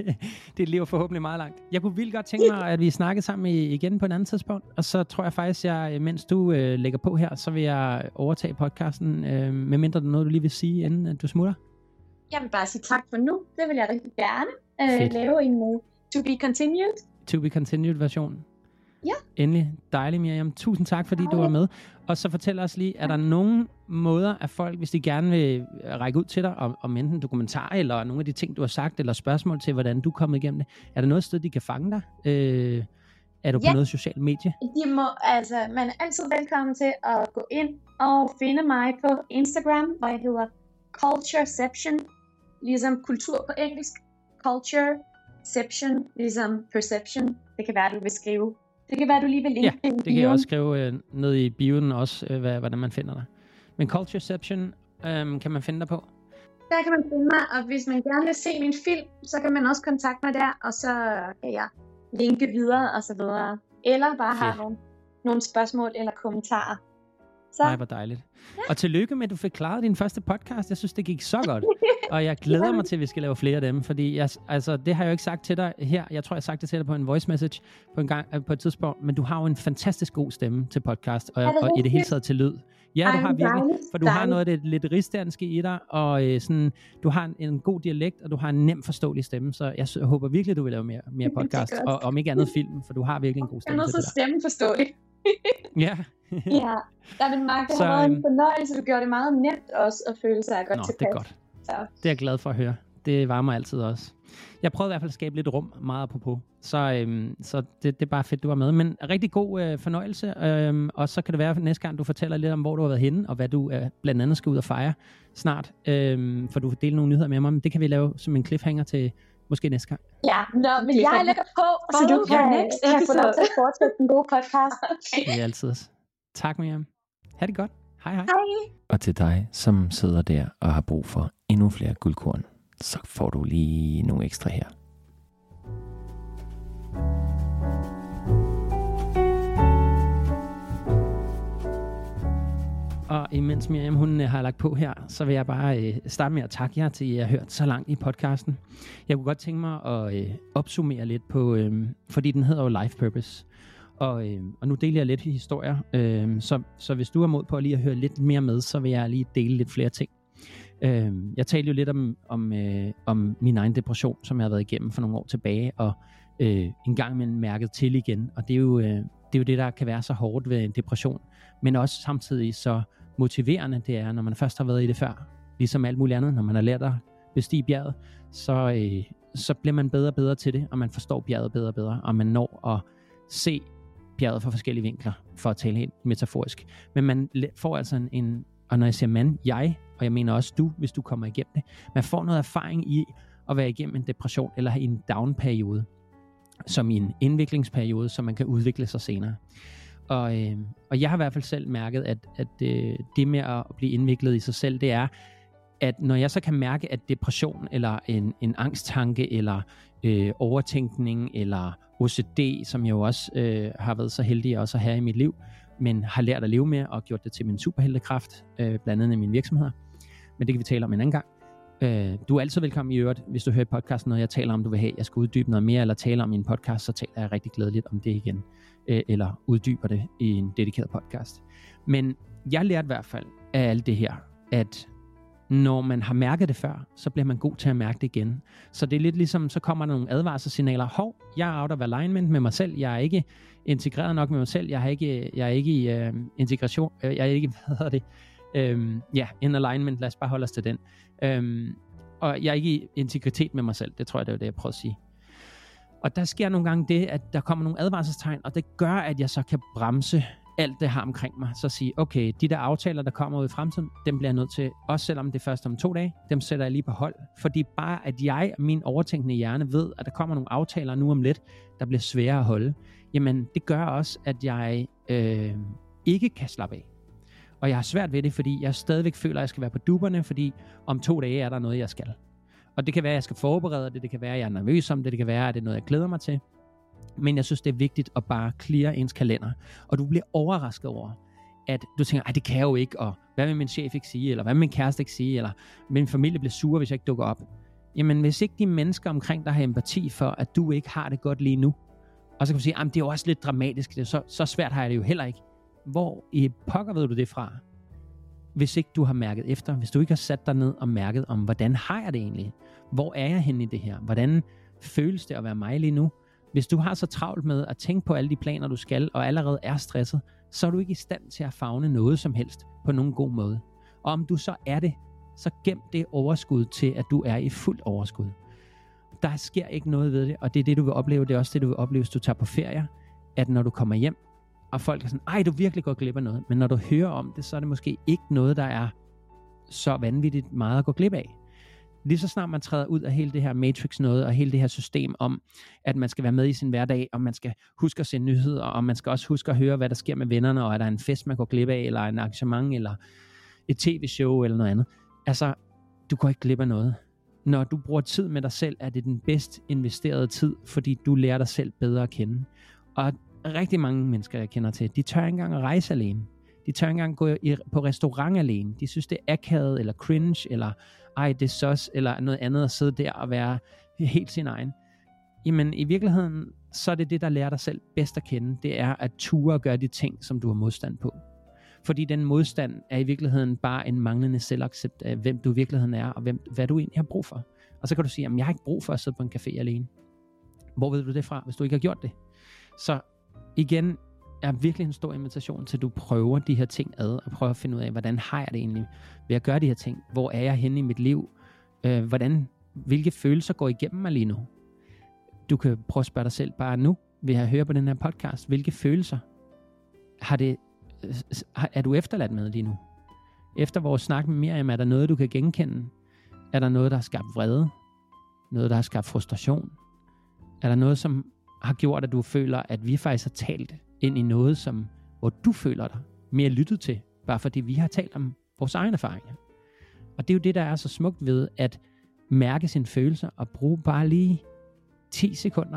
Dit liv er forhåbentlig meget langt. Jeg kunne vildt godt tænke mig, at vi snakkede sammen igen på et andet tidspunkt, og så tror jeg faktisk, jeg, mens du øh, lægger på her, så vil jeg overtage podcasten, øh, medmindre der er noget, du lige vil sige, inden du smutter. Jeg vil bare sige tak for nu. Det vil jeg rigtig gerne øh, lave en uh, to be continued. To be continued version. Ja. Endelig. Dejligt, Miriam. Tusind tak, fordi du var med. Og så fortæl os lige, er der nogen måder af folk, hvis de gerne vil række ud til dig, om, om enten dokumentarer, eller nogle af de ting, du har sagt, eller spørgsmål til, hvordan du er kommet igennem det. Er der noget sted, de kan fange dig? Øh, er du på ja. noget socialt medie? De må, altså, man er altid velkommen til at gå ind og finde mig på Instagram, hvor jeg hedder Cultureception, ligesom kultur på engelsk. Cultureception, ligesom perception. Det kan være, du vil skrive. Det kan være, du lige vil linke ja, det kan jeg også skrive øh, ned i bioen også, øh, hvad, hvordan man finder dig. Men Cultureception øh, kan man finde dig på? Der kan man finde mig, og hvis man gerne vil se min film, så kan man også kontakte mig der, og så kan jeg linke videre og så videre. Eller bare have nogle, nogle spørgsmål eller kommentarer. Så. Nej, hvor dejligt. Ja. Og tillykke med, at du fik klaret din første podcast. Jeg synes, det gik så godt. Og jeg glæder ja. mig til, at vi skal lave flere af dem. Fordi jeg, altså, det har jeg jo ikke sagt til dig her. Jeg tror, jeg har sagt det til dig på en voice message på, en gang, på et tidspunkt. Men du har jo en fantastisk god stemme til podcast. Og, og i det hele taget til lyd. Ja, du har virkelig. For du har noget af det lidt rigsdanske i dig. Og øh, sådan, du har en, en god dialekt, og du har en nem forståelig stemme. Så jeg, jeg håber virkelig, du vil lave mere, mere podcast. Og om ikke andet film, for du har virkelig en god stemme. Jeg er nødt til at stemme forståelig. Ja. ja, der vil Mark, det har været en fornøjelse. Du gjorde det meget nemt også at føle sig godt Nå, tilpas. det er godt. Så. Det er jeg glad for at høre. Det varmer altid også. Jeg prøvede i hvert fald at skabe lidt rum, meget apropos. Så, øhm, så det, det er bare fedt, du var med. Men rigtig god øh, fornøjelse. Øhm, og så kan det være, at næste gang du fortæller lidt om, hvor du har været henne, og hvad du øh, blandt andet skal ud og fejre snart. Øhm, for du vil dele nogle nyheder med mig. Men det kan vi lave som en cliffhanger til måske næste gang. Ja, nå, men jeg lægger på, så du kan, kan få lov til at fortsætte den gode podcast. Okay. Det er altid. Tak, Miriam. Ha' det godt. Hej, hej. Hej. Og til dig, som sidder der og har brug for endnu flere guldkorn, så får du lige nogle ekstra her. Og imens Miriam hun har lagt på her, så vil jeg bare øh, starte med at takke jer til, at I har hørt så langt i podcasten. Jeg kunne godt tænke mig at øh, opsummere lidt på, øh, fordi den hedder jo Life Purpose. Og, øh, og nu deler jeg lidt historier, øh, så, så hvis du har mod på at lige at høre lidt mere med, så vil jeg lige dele lidt flere ting. Øh, jeg talte jo lidt om, om, øh, om min egen depression, som jeg har været igennem for nogle år tilbage, og øh, en gang imellem mærket til igen. Og det er, jo, øh, det er jo det, der kan være så hårdt ved en depression, men også samtidig så motiverende det er, når man først har været i det før. Ligesom alt muligt andet, når man har lært at bestige bjerget, så, øh, så bliver man bedre og bedre til det, og man forstår bjerget bedre og bedre, og man når at se bjerget fra forskellige vinkler, for at tale helt metaforisk. Men man får altså en, en og når jeg siger man, jeg, og jeg mener også du, hvis du kommer igennem det, man får noget erfaring i at være igennem en depression, eller i en down-periode, som i en indviklingsperiode, så man kan udvikle sig senere. Og, øh, og jeg har i hvert fald selv mærket, at, at øh, det med at blive indviklet i sig selv, det er, at når jeg så kan mærke, at depression, eller en, en angsttanke, eller øh, overtænkning, eller O C D, som jeg jo også øh, har været så heldig også at have i mit liv, men har lært at leve med, og gjort det til min superheltekraft, øh, blandt andet i mine virksomheder. Men det kan vi tale om en anden gang. Øh, du er altid velkommen i øvrigt, hvis du hører podcasten, når jeg taler om, du vil have, jeg skal uddybe noget mere, eller tale om i en podcast, så taler jeg rigtig glædeligt om det igen, øh, eller uddyber det i en dedikeret podcast. Men jeg lærte i hvert fald af alt det her, at når man har mærket det før, så bliver man god til at mærke det igen. Så det er lidt ligesom, så kommer der nogle advarselssignaler. Hov, jeg er out of alignment med mig selv. Jeg er ikke integreret nok med mig selv. Jeg er ikke, jeg er ikke i uh, integration. Uh, jeg er ikke, hvad hedder det? Um, ja, in alignment. Lad os bare holde os til den. Um, og jeg er ikke i integritet med mig selv. Det tror jeg, det er det, jeg prøver at sige. Og der sker nogle gange det, at der kommer nogle advarselstegn, og det gør, at jeg så kan bremse alt det har omkring mig, så sige, okay, de der aftaler, der kommer ud i fremtiden, dem bliver jeg nødt til, også selvom det er først om to dage, dem sætter jeg lige på hold. Fordi bare at jeg og min overtænkende hjerne ved, at der kommer nogle aftaler nu om lidt, der bliver svære at holde, jamen det gør også, at jeg øh, ikke kan slappe af. Og jeg har svært ved det, fordi jeg stadigvæk føler, at jeg skal være på duberne, fordi om to dage er der noget, jeg skal. Og det kan være, at jeg skal forberede det, det kan være, at jeg er nervøs om det, det kan være, at det er noget, jeg glæder mig til. Men jeg synes, det er vigtigt at bare clear ens kalender. Og du bliver overrasket over, at du tænker, ej, det kan jeg jo ikke, og hvad vil min chef ikke sige, eller hvad vil min kæreste ikke sige, eller min familie bliver sure, hvis jeg ikke dukker op. Jamen, hvis ikke de mennesker omkring dig har empati for, at du ikke har det godt lige nu, og så kan du sige, det er jo også lidt dramatisk, det er så, så svært har jeg det jo heller ikke. Hvor i pokker ved du det fra? Hvis ikke du har mærket efter, hvis du ikke har sat dig ned og mærket om, hvordan har jeg det egentlig? Hvor er jeg henne i det her? Hvordan føles det at være mig lige nu? Hvis du har så travlt med at tænke på alle de planer, du skal, og allerede er stresset, så er du ikke i stand til at favne noget som helst på nogen god måde. Og om du så er det, så gem det overskud til, at du er i fuldt overskud. Der sker ikke noget ved det, og det er det, du vil opleve. Det er også det, du vil opleve, hvis du tager på ferie, at når du kommer hjem, og folk er sådan, ej, du virkelig går glip af noget. Men når du hører om det, så er det måske ikke noget, der er så vanvittigt meget at gå glip af. Lige så snart man træder ud af hele det her Matrix noget, og hele det her system om, at man skal være med i sin hverdag, og man skal huske at se nyheder, og man skal også huske at høre, hvad der sker med vennerne, og er der en fest, man går glip af, eller en arrangement, eller et tv-show, eller noget andet. Altså, du går ikke glip af noget. Når du bruger tid med dig selv, er det den bedst investerede tid, fordi du lærer dig selv bedre at kende. Og rigtig mange mennesker, jeg kender til, de tør ikke engang at rejse alene. De tør ikke engang gå i, på restaurant alene. De synes, det er akavet, eller cringe, eller ej, det er sos, eller noget andet at sidde der og være helt sin egen. Jamen, i virkeligheden, så er det det, der lærer dig selv bedst at kende. Det er at ture og gøre de ting, som du har modstand på. Fordi den modstand er i virkeligheden bare en manglende selvaccept af, hvem du i virkeligheden er, og hvem, hvad du egentlig har brug for. Og så kan du sige, at jeg har ikke brug for at sidde på en café alene. Hvor ved du det fra, hvis du ikke har gjort det? Så igen er virkelig en stor invitation til, at du prøver de her ting ad, og prøver at finde ud af, hvordan har jeg det egentlig ved at gøre de her ting? Hvor er jeg henne i mit liv? Øh, hvordan, hvilke følelser går igennem mig lige nu? Du kan prøve at spørge dig selv bare nu, ved at høre på den her podcast, hvilke følelser har det, er du efterladt med lige nu? Efter vores snak med Miriam, er der noget, du kan genkende? Er der noget, der har skabt vrede? Noget, der har skabt frustration? Er der noget, som har gjort, at du føler, at vi faktisk har talt ind i noget, som, hvor du føler dig mere lyttet til, bare fordi vi har talt om vores egne erfaringer? Og det er jo det, der er så smukt ved at mærke sine følelser og bruge bare lige ti sekunder.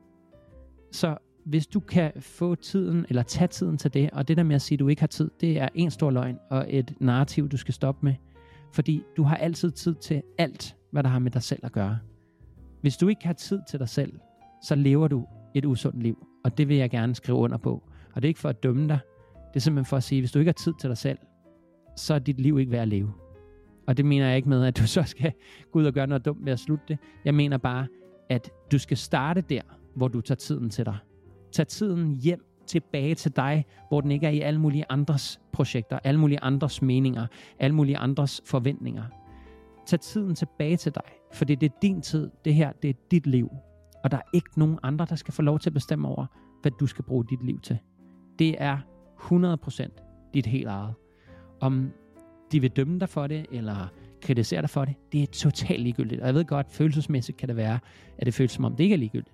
Så hvis du kan få tiden, eller tage tiden til det, og det der med at sige, at du ikke har tid, det er en stor løgn og et narrativ, du skal stoppe med. Fordi du har altid tid til alt, hvad der har med dig selv at gøre. Hvis du ikke har tid til dig selv, så lever du et usundt liv. Og det vil jeg gerne skrive under på. Og det er ikke for at dømme dig. Det er simpelthen for at sige, at hvis du ikke har tid til dig selv, så er dit liv ikke værd at leve. Og det mener jeg ikke med, at du så skal gå ud og gøre noget dumt ved at slutte det. Jeg mener bare, at du skal starte der, hvor du tager tiden til dig. Tag tiden hjem tilbage til dig, hvor den ikke er i alle mulige andres projekter, alle mulige andres meninger, alle mulige andres forventninger. Tag tiden tilbage til dig, fordi det er din tid, det her, det er dit liv. Og der er ikke nogen andre, der skal få lov til at bestemme over, hvad du skal bruge dit liv til. Det er hundrede procent dit helt eget. Om de vil dømme dig for det, eller kritisere dig for det, det er totalt ligegyldigt. Og jeg ved godt, følelsesmæssigt kan det være, at det føles som om det ikke er ligegyldigt.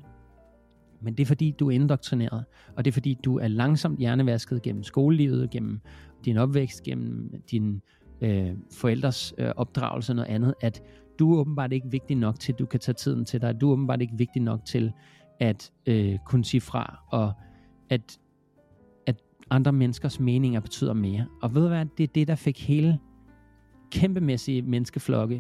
Men det er fordi, du er indoktrineret, og det er fordi, du er langsomt hjernevasket gennem skolelivet, gennem din opvækst, gennem din øh, forældres øh, opdragelse og noget andet, at du er åbenbart ikke vigtig nok til, at du kan tage tiden til dig. Du er åbenbart ikke vigtig nok til at øh, kunne sige fra, og at, at andre menneskers meninger betyder mere. Og ved du hvad, det er det, der fik hele kæmpemæssige menneskeflokke,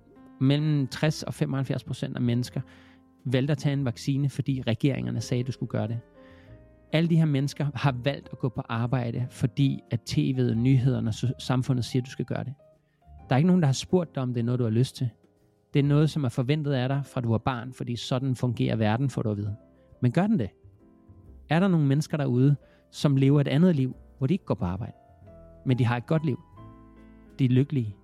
mellem tres og femoghalvfjerds procent af mennesker, valgte at tage en vaccine, fordi regeringerne sagde, at du skulle gøre det. Alle de her mennesker har valgt at gå på arbejde, fordi at T V'et, nyhederne og samfundet siger, at du skal gøre det. Der er ikke nogen, der har spurgt dig, om det er noget, du har lyst til. Det er noget, som er forventet af dig, fra du er barn, fordi sådan fungerer verden, får du at vide. Men gør den det? Er der nogle mennesker derude, som lever et andet liv, hvor de ikke går på arbejde, men de har et godt liv? De er lykkelige.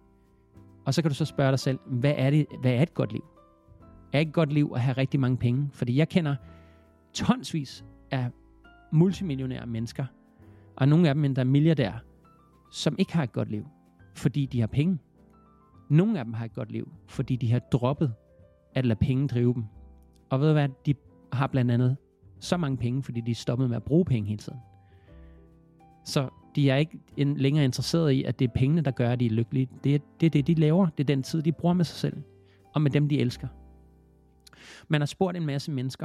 Og så kan du så spørge dig selv, hvad er, det, hvad er et godt liv? Er et godt liv at have rigtig mange penge? Fordi jeg kender tonsvis af multimillionære mennesker, Og nogle af dem endda milliardærer, som ikke har et godt liv, fordi de har penge. Nogle af dem har et godt liv, fordi de har droppet at lade penge drive dem. Og ved du hvad, de har blandt andet så mange penge, fordi de er stoppet med at bruge penge hele tiden. Så de er ikke en, længere interesseret i, at det er pengene, der gør, at de er lykkelige. Det er, det er det, de laver. Det er den tid, de bruger med sig selv. Og med dem, de elsker. Man har spurgt en masse mennesker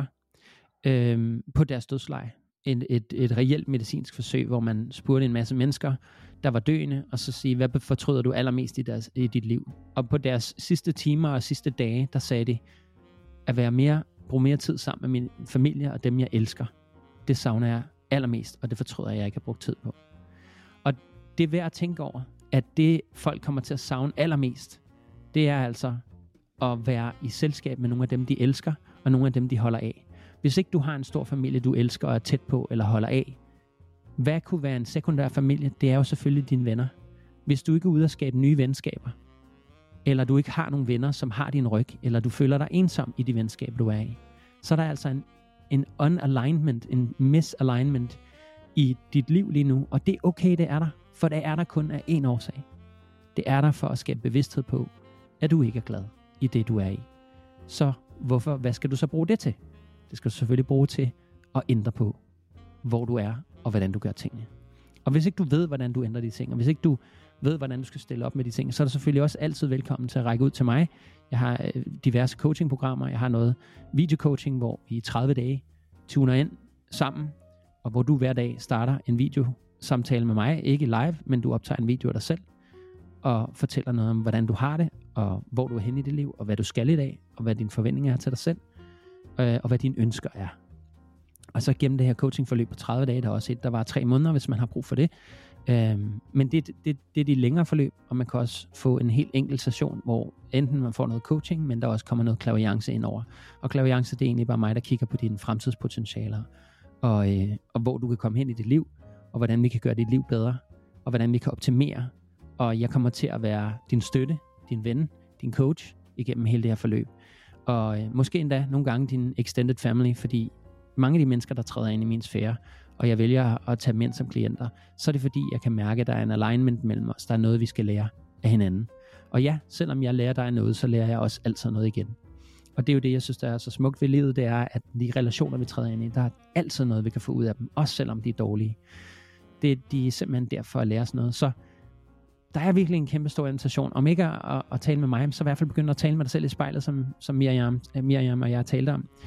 øh, på deres dødsleje. Et, et, et reelt medicinsk forsøg, hvor man spurgte en masse mennesker, der var døende, og så sige, hvad fortryder du allermest i, deres, i dit liv? Og på deres sidste timer og sidste dage, der sagde de, at være mere, bruge mere tid sammen med min familie og dem, jeg elsker. Det savner jeg allermest, og det fortryder jeg, jeg ikke har brugt tid på. Og det er værd at tænke over, at det folk kommer til at savne allermest, det er altså at være i selskab med nogle af dem, de elsker, og nogle af dem, de holder af. Hvis ikke du har en stor familie, du elsker og er tæt på eller holder af, hvad kunne være en sekundær familie? Det er jo selvfølgelig dine venner. Hvis du ikke er ude at skabe nye venskaber, eller du ikke har nogle venner, som har din ryg, eller du føler dig ensom i de venskaber, du er i, så er der altså en, en unalignment, en misalignment i dit liv lige nu. Og det er okay, det er der, for det er der kun af én årsag. Det er der for at skabe bevidsthed på, at du ikke er glad i det, du er i. Så hvorfor, hvad skal du så bruge det til? Det skal du selvfølgelig bruge til at ændre på, hvor du er, og hvordan du gør tingene. Og hvis ikke du ved, hvordan du ændrer de ting, og hvis ikke du ved, hvordan du skal stille op med de ting, så er du selvfølgelig også altid velkommen til at række ud til mig. Jeg har diverse coachingprogrammer. Jeg har noget videocoaching, hvor vi i tredive dage tuner ind sammen, og hvor du hver dag starter en videosamtale med mig. Ikke live, men du optager en video af dig selv, og fortæller noget om, hvordan du har det, og hvor du er henne i dit liv, og hvad du skal i dag, og hvad dine forventninger er til dig selv, og hvad dine ønsker er. Og så gennem det her coachingforløb på tredive dage, der er også et, der var tre måneder, hvis man har brug for det. Øhm, men det, det, det er de længere forløb, og man kan også få en helt enkel session, hvor enten man får noget coaching, men der også kommer noget clairvoyance ind over. Og clairvoyance, det er egentlig bare mig, der kigger på dine fremtidspotentialer, og, øh, og hvor du kan komme hen i dit liv, og hvordan vi kan gøre dit liv bedre, og hvordan vi kan optimere. Og jeg kommer til at være din støtte, din ven, din coach, igennem hele det her forløb. Og øh, måske endda nogle gange din extended family, fordi mange af de mennesker, der træder ind i min sfære, og jeg vælger at tage dem ind som klienter, så er det fordi, jeg kan mærke, at der er en alignment mellem os. Der er noget, vi skal lære af hinanden. Og ja, selvom jeg lærer dig noget, så lærer jeg også altid noget igen. Og det er jo det, jeg synes, der er så smukt ved livet, det er, at de relationer, vi træder ind i, der er altid noget, vi kan få ud af dem, også selvom de er dårlige. Det, de er simpelthen der for at lære os noget. Så der er virkelig en kæmpe stor invitation. Om ikke at, at, at tale med mig, så i hvert fald begynde at tale med dig selv i spejlet, som, som Miriam, Miriam og jeg talte om.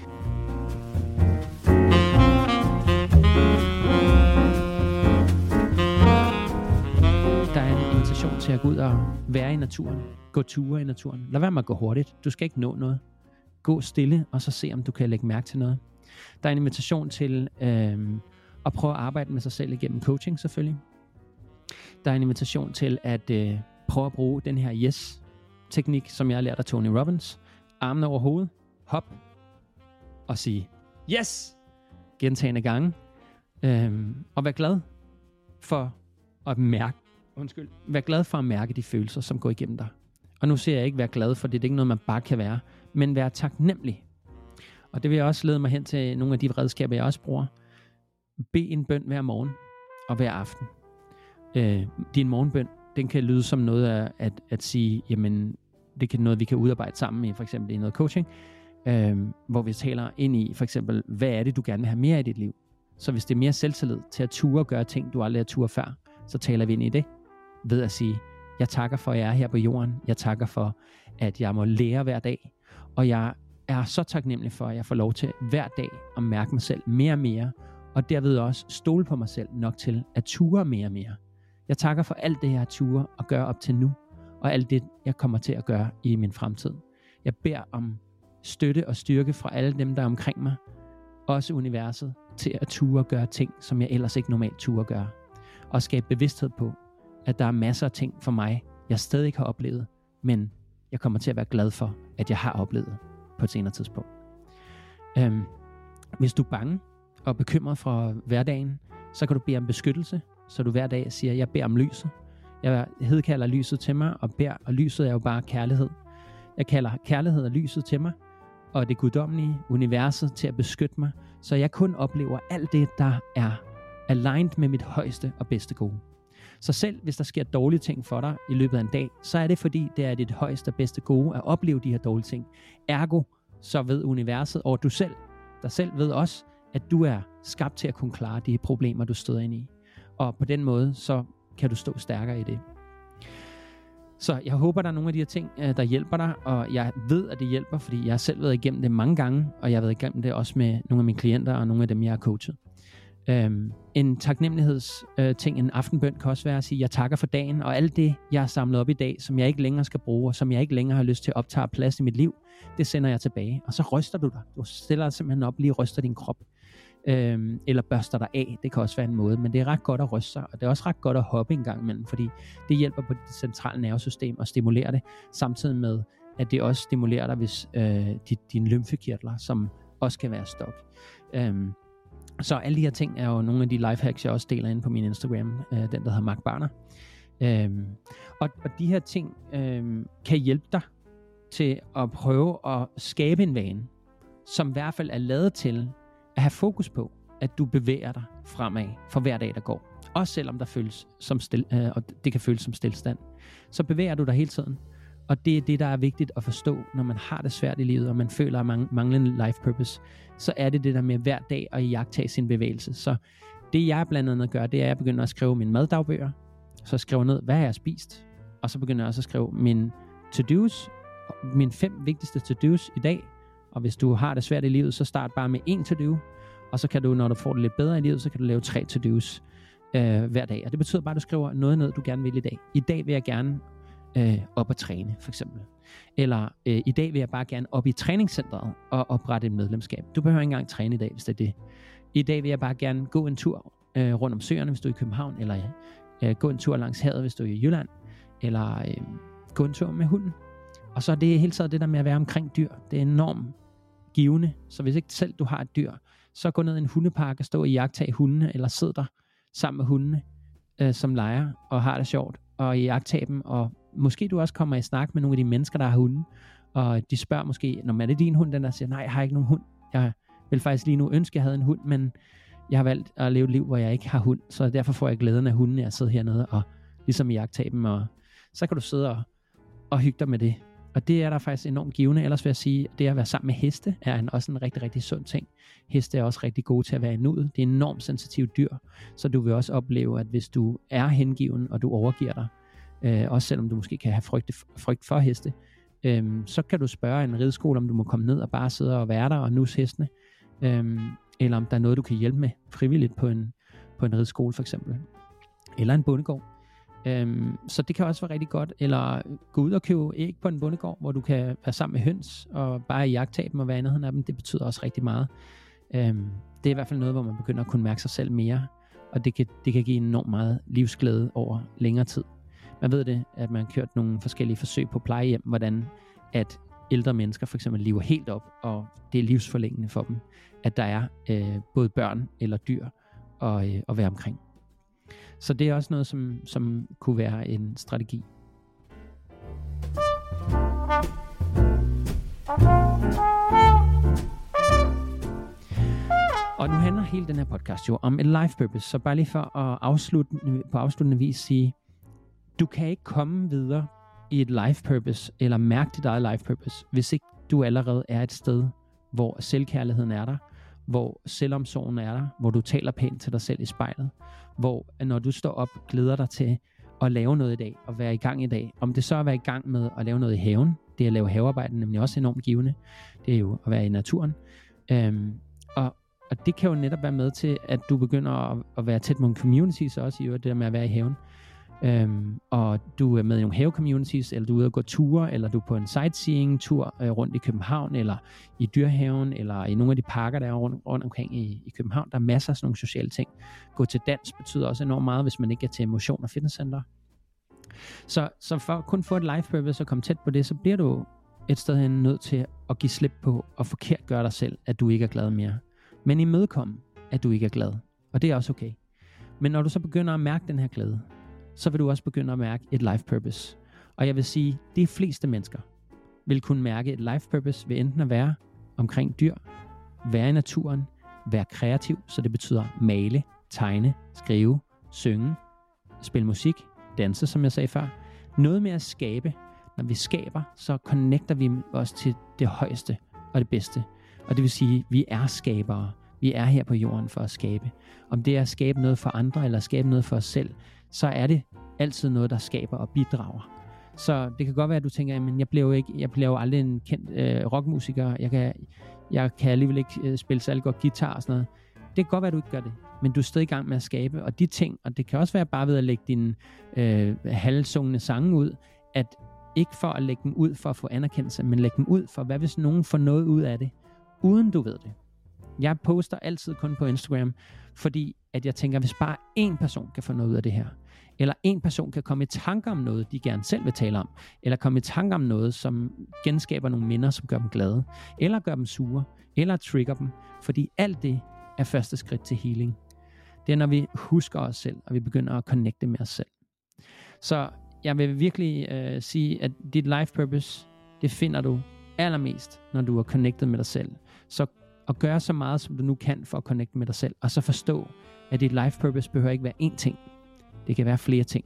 Der er en invitation til at gå ud og være i naturen. Gå ture i naturen. Lad være med at gå hurtigt. Du skal ikke nå noget. Gå stille, og så se, om du kan lægge mærke til noget. Der er en invitation til øh, at prøve at arbejde med sig selv igennem coaching, selvfølgelig. Der er en invitation til at øh, prøve at bruge den her yes-teknik, som jeg har lært af Tony Robbins. Armene over hovedet, hop, og sige yes! Gentagende gange. Øhm, og vær glad for at mærke, undskyld, vær glad for at mærke de følelser, som går igennem dig. Og nu siger jeg ikke, vær glad for det, det er ikke noget, man bare kan være, men vær taknemmelig. Og det vil jeg også lede mig hen til nogle af de redskaber, jeg også bruger. Bed en bøn hver morgen og hver aften. Øh, din morgenbøn, den kan lyde som noget af at, at sige, jamen, det kan noget, vi kan udarbejde sammen i, for eksempel i noget coaching, øh, hvor vi taler ind i, for eksempel, hvad er det, du gerne vil have mere i dit liv? Så hvis det er mere selvtillid til at ture og gøre ting, du aldrig har ture før, så taler vi ind i det ved at sige, jeg takker for, at jeg er her på jorden. Jeg takker for, at jeg må lære hver dag. Og jeg er så taknemmelig for, at jeg får lov til hver dag at mærke mig selv mere og mere, og derved også stole på mig selv nok til at ture mere og mere. Jeg takker for alt det, jeg har ture og gøre op til nu, og alt det, jeg kommer til at gøre i min fremtid. Jeg beder om støtte og styrke fra alle dem, der er omkring mig, også universet, til at ture og gøre ting, som jeg ellers ikke normalt ture at gøre. Og skabe bevidsthed på, at der er masser af ting for mig, jeg stadig ikke har oplevet, men jeg kommer til at være glad for, at jeg har oplevet på et senere tidspunkt. Øhm, hvis du er bange og bekymret for hverdagen, så kan du bede om beskyttelse, så du hver dag siger, jeg beder om lyset. Jeg hedkalder lyset til mig, og beder, og lyset er jo bare kærlighed. Jeg kalder kærlighed og lyset til mig, og det guddommelige universet til at beskytte mig, så jeg kun oplever alt det, der er aligned med mit højeste og bedste gode. Så selv hvis der sker dårlige ting for dig i løbet af en dag, så er det fordi, det er dit højeste og bedste gode at opleve de her dårlige ting. Ergo, så ved universet og du selv, der selv ved også, at du er skabt til at kunne klare de problemer, du støder ind i. Og på den måde, så kan du stå stærkere i det. Så jeg håber, der er nogle af de her ting, der hjælper dig, og jeg ved, at det hjælper, fordi jeg har selv været igennem det mange gange, og jeg har været igennem det også med nogle af mine klienter, og nogle af dem, jeg har coachet. Um, en taknemmelighedsting, uh, en aftenbøn kan også være at sige, jeg takker for dagen, og alt det, jeg har samlet op i dag, som jeg ikke længere skal bruge, og som jeg ikke længere har lyst til at optage plads i mit liv, det sender jeg tilbage, og så ryster du dig. Du stiller dig simpelthen op, lige ryster din krop, um, eller børster dig af, det kan også være en måde, men det er ret godt at ryste sig, og det er også ret godt at hoppe en gang imellem, fordi det hjælper på det centrale nervesystem og stimulerer det, samtidig med, at det også stimulerer dig, hvis uh, dit, dine lymfekirtler, som også kan være stok. Um, Så alle de her ting er jo nogle af de lifehacks, jeg også deler inde på min Instagram, øh, den der hedder Mark Barner. Øhm, og, og de her ting øh, kan hjælpe dig til at prøve at skabe en vane, som i hvert fald er lavet til at have fokus på, at du bevæger dig fremad for hver dag, der går. Også selvom der føles som stil, øh, og det kan føles som stillstand. Så bevæger du dig hele tiden. Og det er det, der er vigtigt at forstå, når man har det svært i livet, og man føler at manglende life purpose, så er det det der med hver dag at iagttage sin bevægelse. Så det jeg blandt andet gør, det er, at jeg begynder at skrive mine maddagbøger, så jeg skriver ned, hvad jeg har spist, og så begynder jeg også at skrive mine to-dos, mine fem vigtigste to-dos i dag, og hvis du har det svært i livet, så start bare med en to-do, og så kan du, når du får det lidt bedre i livet, så kan du lave tre to-dos øh, hver dag. Og det betyder bare, at du skriver noget ned, du gerne vil i dag. I dag vil jeg gerne Øh, op at træne, for eksempel. Eller øh, i dag vil jeg bare gerne op i træningscenteret og oprette et medlemskab. Du behøver ikke engang træne i dag, hvis det er det. I dag vil jeg bare gerne gå en tur øh, rundt om søerne, hvis du er i København, eller øh, gå en tur langs havet, hvis du er i Jylland, eller øh, gå en tur med hunden. Og så er det hele taget det der med at være omkring dyr. Det er enormt givende. Så hvis ikke selv du har et dyr, så gå ned i en hundepark og stå og iagttage hundene, eller sid der sammen med hundene, øh, som leger og har det sjovt, og iagttage dem, og måske du også kommer i snak med nogle af de mennesker, der har hunden, og de spørger måske, når man er din hund, den der siger, nej, jeg har ikke nogen hund. Jeg vil faktisk lige nu ønske, jeg havde en hund, men jeg har valgt at leve et liv, hvor jeg ikke har hund, så derfor får jeg glæden af hunden, jeg sidder hernede og ligesom iagttage dem, og så kan du sidde og, og hygge dig med det. Og det er der faktisk enormt givende. Ellers vil jeg sige, at det at være sammen med heste er en, også en rigtig, rigtig sund ting. Heste er også rigtig gode til at være i nuet. Det er enormt sensitivt dyr, så du vil også opleve, at hvis du er hengiven, og du overgiver dig, øh, også selvom du måske kan have frygt, frygt for heste, øh, så kan du spørge en rideskole, om du må komme ned og bare sidde og være der og nus hestene, øh, eller om der er noget, du kan hjælpe med frivilligt på en, på en rideskole for eksempel, eller en bondegård. Øhm, så det kan også være rigtig godt. Eller gå ud og købe æg på en bondegård, hvor du kan være sammen med høns og bare iagttage dem og være i nærheden af dem. Det betyder også rigtig meget. øhm, Det er i hvert fald noget, hvor man begynder at kunne mærke sig selv mere, og det kan, det kan give enormt meget livsglæde over længere tid. Man ved det, at man har kørt nogle forskellige forsøg på plejehjem, hvordan at ældre mennesker for eksempel lever helt op, og det er livsforlængende for dem, at der er øh, både børn eller dyr at, øh, at være omkring. Så det er også noget, som, som kunne være en strategi. Og nu handler hele den her podcast jo om et life purpose, så bare lige for at afslutte, på afsluttende vis sige, du kan ikke komme videre i et life purpose, eller mærke dit eget life purpose, hvis ikke du allerede er et sted, hvor selvkærligheden er der, hvor selvomsorgen er der, hvor du taler pænt til dig selv i spejlet, hvor når du står op, glæder dig til at lave noget i dag, og være i gang i dag. Om det så er at være i gang med at lave noget i haven, det at lave havearbejde er nemlig også enormt givende, det er jo at være i naturen. Øhm, og, og det kan jo netop være med til, at du begynder at, at være tæt med nogle communities også, i øvrigt det der med at være i haven. Øhm, og du er med i nogle have-communities, eller du er ude og gå ture, eller du er på en sightseeing-tur øh, rundt i København, eller i Dyrehaven, eller i nogle af de parker, der er rundt, rundt omkring i, i København. Der er masser af sådan nogle sociale ting. Gå til dans betyder også enormt meget, hvis man ikke er til motion- og fitnesscenter. Så, så for at kun få et life purpose og komme tæt på det, så bliver du et sted hen nødt til at give slip på og forkert gøre dig selv, at du ikke er glad mere. Men imødekomme, at du ikke er glad. Og det er også okay. Men når du så begynder at mærke den her glæde, så vil du også begynde at mærke et life purpose. Og jeg vil sige, at de fleste mennesker vil kunne mærke et life purpose ved enten at være omkring dyr, være i naturen, være kreativ, så det betyder male, tegne, skrive, synge, spille musik, danse, som jeg sagde før. Noget med at skabe. Når vi skaber, så connecter vi os til det højeste og det bedste. Og det vil sige, at vi er skabere. Vi er her på jorden for at skabe. Om det er at skabe noget for andre, eller at skabe noget for os selv, så er det altid noget, der skaber og bidrager. Så det kan godt være, at du tænker, men jeg blev ikke, jeg blev aldrig en kendt øh, rockmusiker. Jeg kan, jeg kan alligevel ikke øh, spille særlig godt guitar og sådan noget. Det kan godt være, at du ikke gør det, men du er stadig i gang med at skabe. Og de ting, og det kan også være bare ved at lægge dine øh, halvsungende sange ud, at ikke for at lægge dem ud for at få anerkendelse, men lægge dem ud for, hvad hvis nogen får noget ud af det, uden du ved det. Jeg poster altid kun på Instagram, fordi at jeg tænker, hvis bare én person kan få noget ud af det her, eller en person kan komme i tanker om noget, de gerne selv vil tale om, eller komme i tanker om noget, som genskaber nogle minder, som gør dem glade, eller gør dem sure, eller trigger dem, fordi alt det er første skridt til healing. Det er, når vi husker os selv, og vi begynder at connecte med os selv. Så jeg vil virkelig øh, sige, at dit life purpose, det finder du allermest, når du er connected med dig selv. Så at gøre så meget, som du nu kan for at connecte med dig selv, og så forstå, at dit life purpose behøver ikke være én ting. Det kan være flere ting.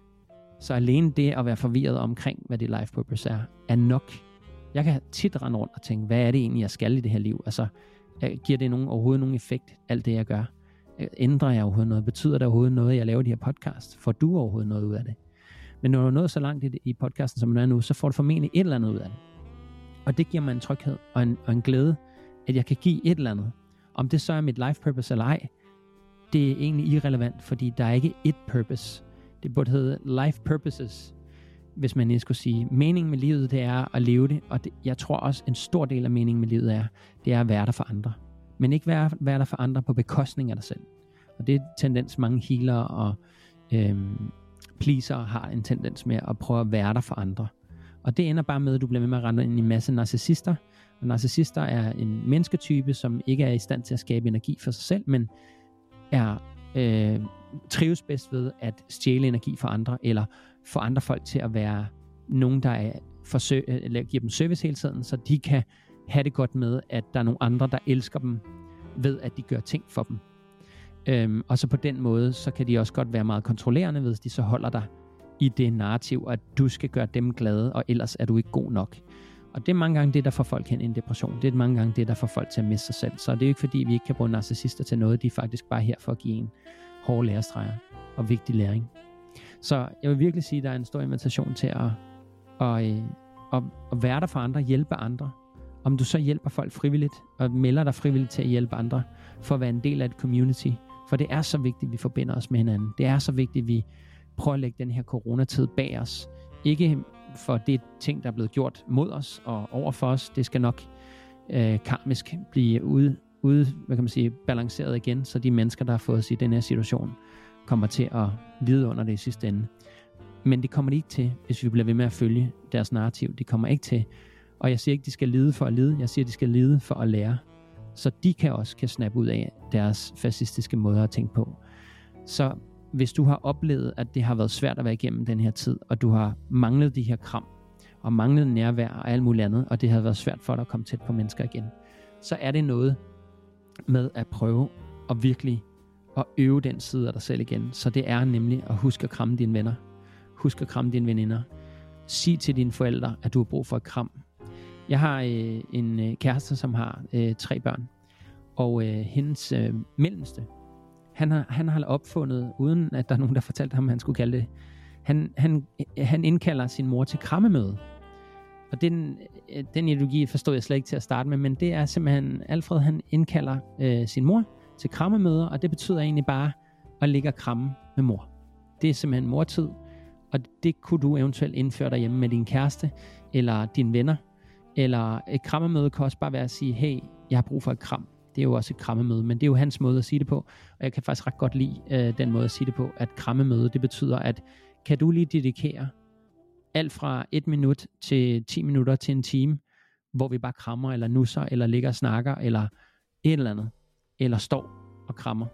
Så alene det at være forvirret omkring, hvad dit life purpose er, er nok. Jeg kan tit rende rundt og tænke, hvad er det egentlig, jeg skal i det her liv? Altså, giver det nogen, overhovedet nogen effekt, alt det, jeg gør? Ændrer jeg overhovedet noget? Betyder det overhovedet noget, jeg laver de her podcast? Får du overhovedet noget ud af det? Men når du er nået så langt i, i podcasten, som du er nu, så får du formentlig et eller andet ud af det. Og det giver mig en tryghed og en, og en glæde, at jeg kan give et eller andet. Om det så er mit life purpose eller ej, det er egentlig irrelevant, fordi der er ikke et purpose. Det burde hedde life purposes, hvis man lige skulle sige. Meningen med livet, det er at leve det, og det, jeg tror også, en stor del af meningen med livet er, det er at være der for andre. Men ikke være, være der for andre på bekostning af dig selv. Og det er tendens, mange healere og øhm, pleaser har en tendens med at prøve at være der for andre. Og det ender bare med, at du bliver med med at rende ind i en masse narcissister. Og narcissister er en mennesketype, som ikke er i stand til at skabe energi for sig selv, men er øh, trives bedst ved at stjæle energi fra andre, eller få andre folk til at være nogen, der er forsøg, eller giver dem service hele tiden, så de kan have det godt med, at der er nogle andre, der elsker dem, ved at de gør ting for dem. Øhm, og så på den måde, så kan de også godt være meget kontrollerende, hvis de så holder dig i det narrativ, at du skal gøre dem glade, og ellers er du ikke god nok. Og det er mange gange det, der får folk hen i en depression. Det er mange gange det, der får folk til at miste sig selv. Så det er jo ikke fordi, vi ikke kan bruge narcissister til noget. De er faktisk bare her for at give en hårde lærestreger og vigtig læring. Så jeg vil virkelig sige, at der er en stor invitation til at, at, at, at være der for andre, hjælpe andre. Om du så hjælper folk frivilligt, og melder dig frivilligt til at hjælpe andre, for at være en del af et community. For det er så vigtigt, at vi forbinder os med hinanden. Det er så vigtigt, at vi prøver at lægge den her coronatid bag os. Ikke for det ting, der er blevet gjort mod os og over for os. Det skal nok øh, karmisk blive ude, ude, hvad kan man sige, balanceret igen, så de mennesker, der har fået os i den her situation, kommer til at lide under det i sidste ende. Men det kommer de ikke til, hvis vi bliver ved med at følge deres narrativ. Det kommer ikke til. Og jeg siger ikke, de skal lide for at lide. Jeg siger, de skal lide for at lære. Så de kan også kan snappe ud af deres fascistiske måder at tænke på. Så hvis du har oplevet, at det har været svært at være igennem den her tid, og du har manglet de her kram, og manglet nærvær og alt muligt andet, og det har været svært for dig at komme tæt på mennesker igen, så er det noget med at prøve at virkelig at øve den side af dig selv igen. Så det er nemlig at huske at kramme dine venner. Husk at kramme dine veninder. Sig til dine forældre, at du har brug for et kram. Jeg har øh, en øh, kæreste, som har øh, tre børn, og øh, hendes øh, mellemste, han har, han har opfundet, uden at der er nogen, der fortalte ham, at han skulle kalde det, han, han, han indkalder sin mor til krammemøde. Og den, den ideologi forstod jeg slet ikke til at starte med, men det er simpelthen, Alfred han indkalder øh, sin mor til krammemøder, og det betyder egentlig bare at ligge og kramme med mor. Det er simpelthen mortid, og det kunne du eventuelt indføre derhjemme med din kæreste, eller dine venner, eller et krammemøde kan også bare være at sige, hey, jeg har brug for et kram. Det er jo også et krammemøde, men det er jo hans måde at sige det på, og jeg kan faktisk ret godt lide øh, den måde at sige det på, at krammemøde, det betyder, at kan du lige dedikere alt fra et minut til ti minutter til en time, hvor vi bare krammer, eller nusser, eller ligger og snakker, eller et eller andet, eller står og krammer.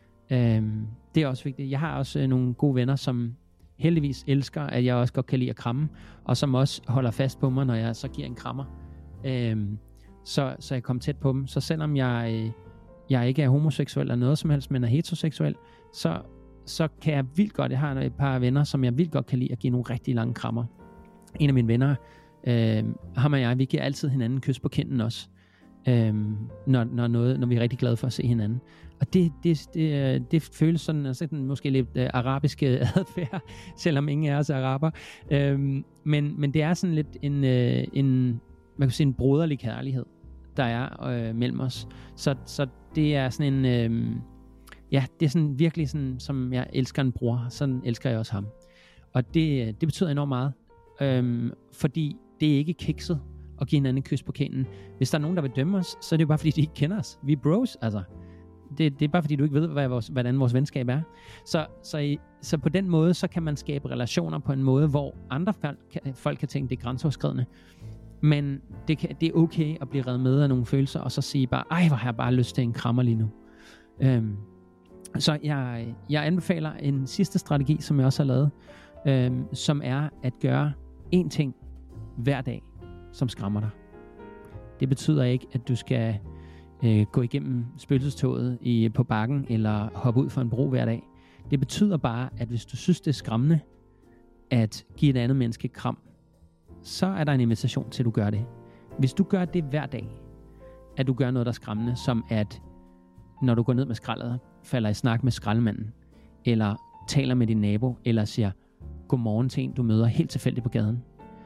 Øhm, det er også vigtigt. Jeg har også øh, nogle gode venner, som heldigvis elsker, at jeg også godt kan lide at kramme, og som også holder fast på mig, når jeg så giver en krammer. Øhm, så, så jeg kommer tæt på dem. Så selvom jeg, øh, jeg ikke er homoseksuel eller noget som helst, men er heteroseksuel, så, så kan jeg vildt godt, jeg har et par venner, som jeg vildt godt kan lide at give nogle rigtig lange krammer. En af mine venner, øh, ham og jeg, vi giver altid hinanden kys på kinden også, øh, når, når, noget, når vi er rigtig glade for at se hinanden. Og det, det, det, det føles sådan, altså den måske lidt uh, arabiske adfærd, selvom ingen af os er araber. Øhm, men, men det er sådan lidt en, uh, en, man kan sige en broderlig kærlighed, der er uh, mellem os. Så, så det er sådan en, uh, ja, det er sådan virkelig sådan, som jeg elsker en bror, sådan elsker jeg også ham. Og det, det betyder enormt meget, øhm, fordi det er ikke kikset at give hinanden en kys på kinden. Hvis der er nogen, der vil dømme os, så er det jo bare fordi, de ikke kender os. Vi er bros, altså. Det, det er bare fordi, du ikke ved, hvad vores, hvordan vores venskab er. Så, så, i, så på den måde, så kan man skabe relationer på en måde, hvor andre folk kan, folk kan tænke, det er grænseoverskridende. Men det, kan, det er okay at blive revet med af nogle følelser, og så sige bare, ej, hvor har jeg bare lyst til en krammer lige nu. Øhm, så jeg, jeg anbefaler en sidste strategi, som jeg også har lavet, øhm, som er at gøre én ting hver dag, som skræmmer dig. Det betyder ikke, at du skal øh, gå igennem spøgelsestoget i, på bakken, eller hoppe ud for en bro hver dag. Det betyder bare, at hvis du synes, det er skræmmende at give et andet menneske et kram, så er der en invitation til, at du gør det. Hvis du gør det hver dag, at du gør noget, der er skræmmende, som at når du går ned med skraldet, falder i snak med skraldemanden, eller taler med din nabo, eller siger godmorgen til en, du møder helt tilfældigt på gaden,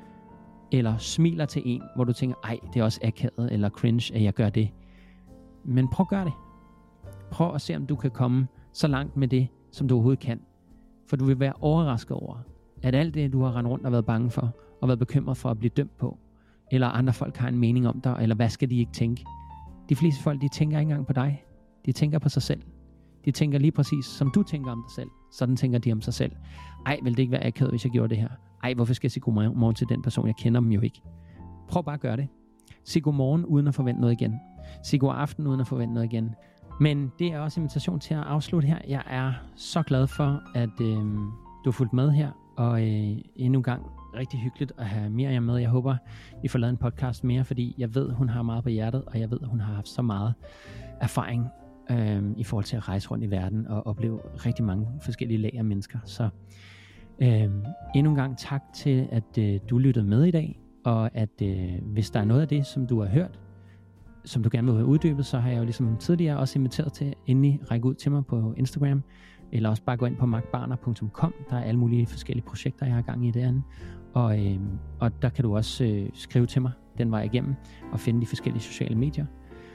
eller smiler til en, hvor du tænker, ej, det er også akavet eller cringe, at jeg gør det. Men prøv at gøre det. Prøv at se, om du kan komme så langt med det, som du overhovedet kan. For du vil være overrasket over, at alt det, du har rendt rundt og været bange for, og været bekymret for at blive dømt på, eller andre folk har en mening om dig, eller hvad skal de ikke tænke? De fleste folk, de tænker ikke engang på dig. De tænker på sig selv. De tænker lige præcis, som du tænker om dig selv. Sådan tænker de om sig selv. Ej, vil det ikke være akavet, hvis jeg gjorde det her? Ej, hvorfor skal jeg sige godmorgen til den person? Jeg kender dem jo ikke. Prøv bare at gøre det. Sig godmorgen uden at forvente noget igen. Sig god aften uden at forvente noget igen. Men det er også en invitation til at afslutte her. Jeg er så glad for, at øh, du har fulgt med her. Og øh, endnu en gang rigtig hyggeligt at have Miriam med. Jeg håber, I får lavet en podcast mere, fordi jeg ved, hun har meget på hjertet, og jeg ved, hun har haft så meget erfaring øh, i forhold til at rejse rundt i verden og opleve rigtig mange forskellige lag af mennesker. Så øh, endnu en gang tak til, at øh, du lyttede med i dag, og at øh, hvis der er noget af det, som du har hørt, som du gerne vil have uddybet, så har jeg jo ligesom tidligere også inviteret til, endelig række ud til mig på Instagram, eller også bare gå ind på mark barner punktum com. Der er alle mulige forskellige projekter, jeg har gang i derinde. Og, øh, og der kan du også øh, skrive til mig den vej igennem, og finde de forskellige sociale medier.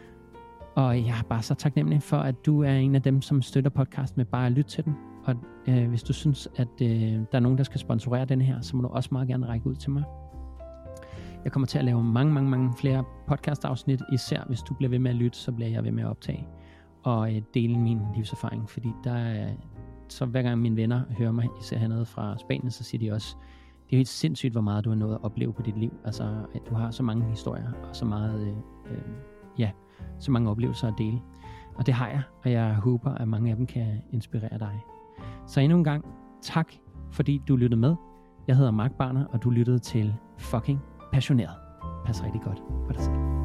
Og jeg er bare så taknemmelig for, at du er en af dem, som støtter podcasten med bare at lytte til den. Og øh, hvis du synes, at øh, der er nogen, der skal sponsorere den her, så må du også meget gerne række ud til mig. Jeg kommer til at lave mange, mange, mange flere podcast-afsnit, især hvis du bliver ved med at lytte, så bliver jeg ved med at optage og øh, dele min livserfaring, fordi der er, så hver gang mine venner hører mig, især hernede fra Spanien, så siger de også, det er helt sindssygt, hvor meget du har nået at opleve på dit liv, altså at du har så mange historier, og så meget, øh, øh, ja, så mange oplevelser at dele, og det har jeg, og jeg håber, at mange af dem kan inspirere dig. Så endnu en gang, tak, fordi du lyttede med. Jeg hedder Mark Barner, og du lyttede til Fucking Passioneret. Pas rigtig godt på dig selv.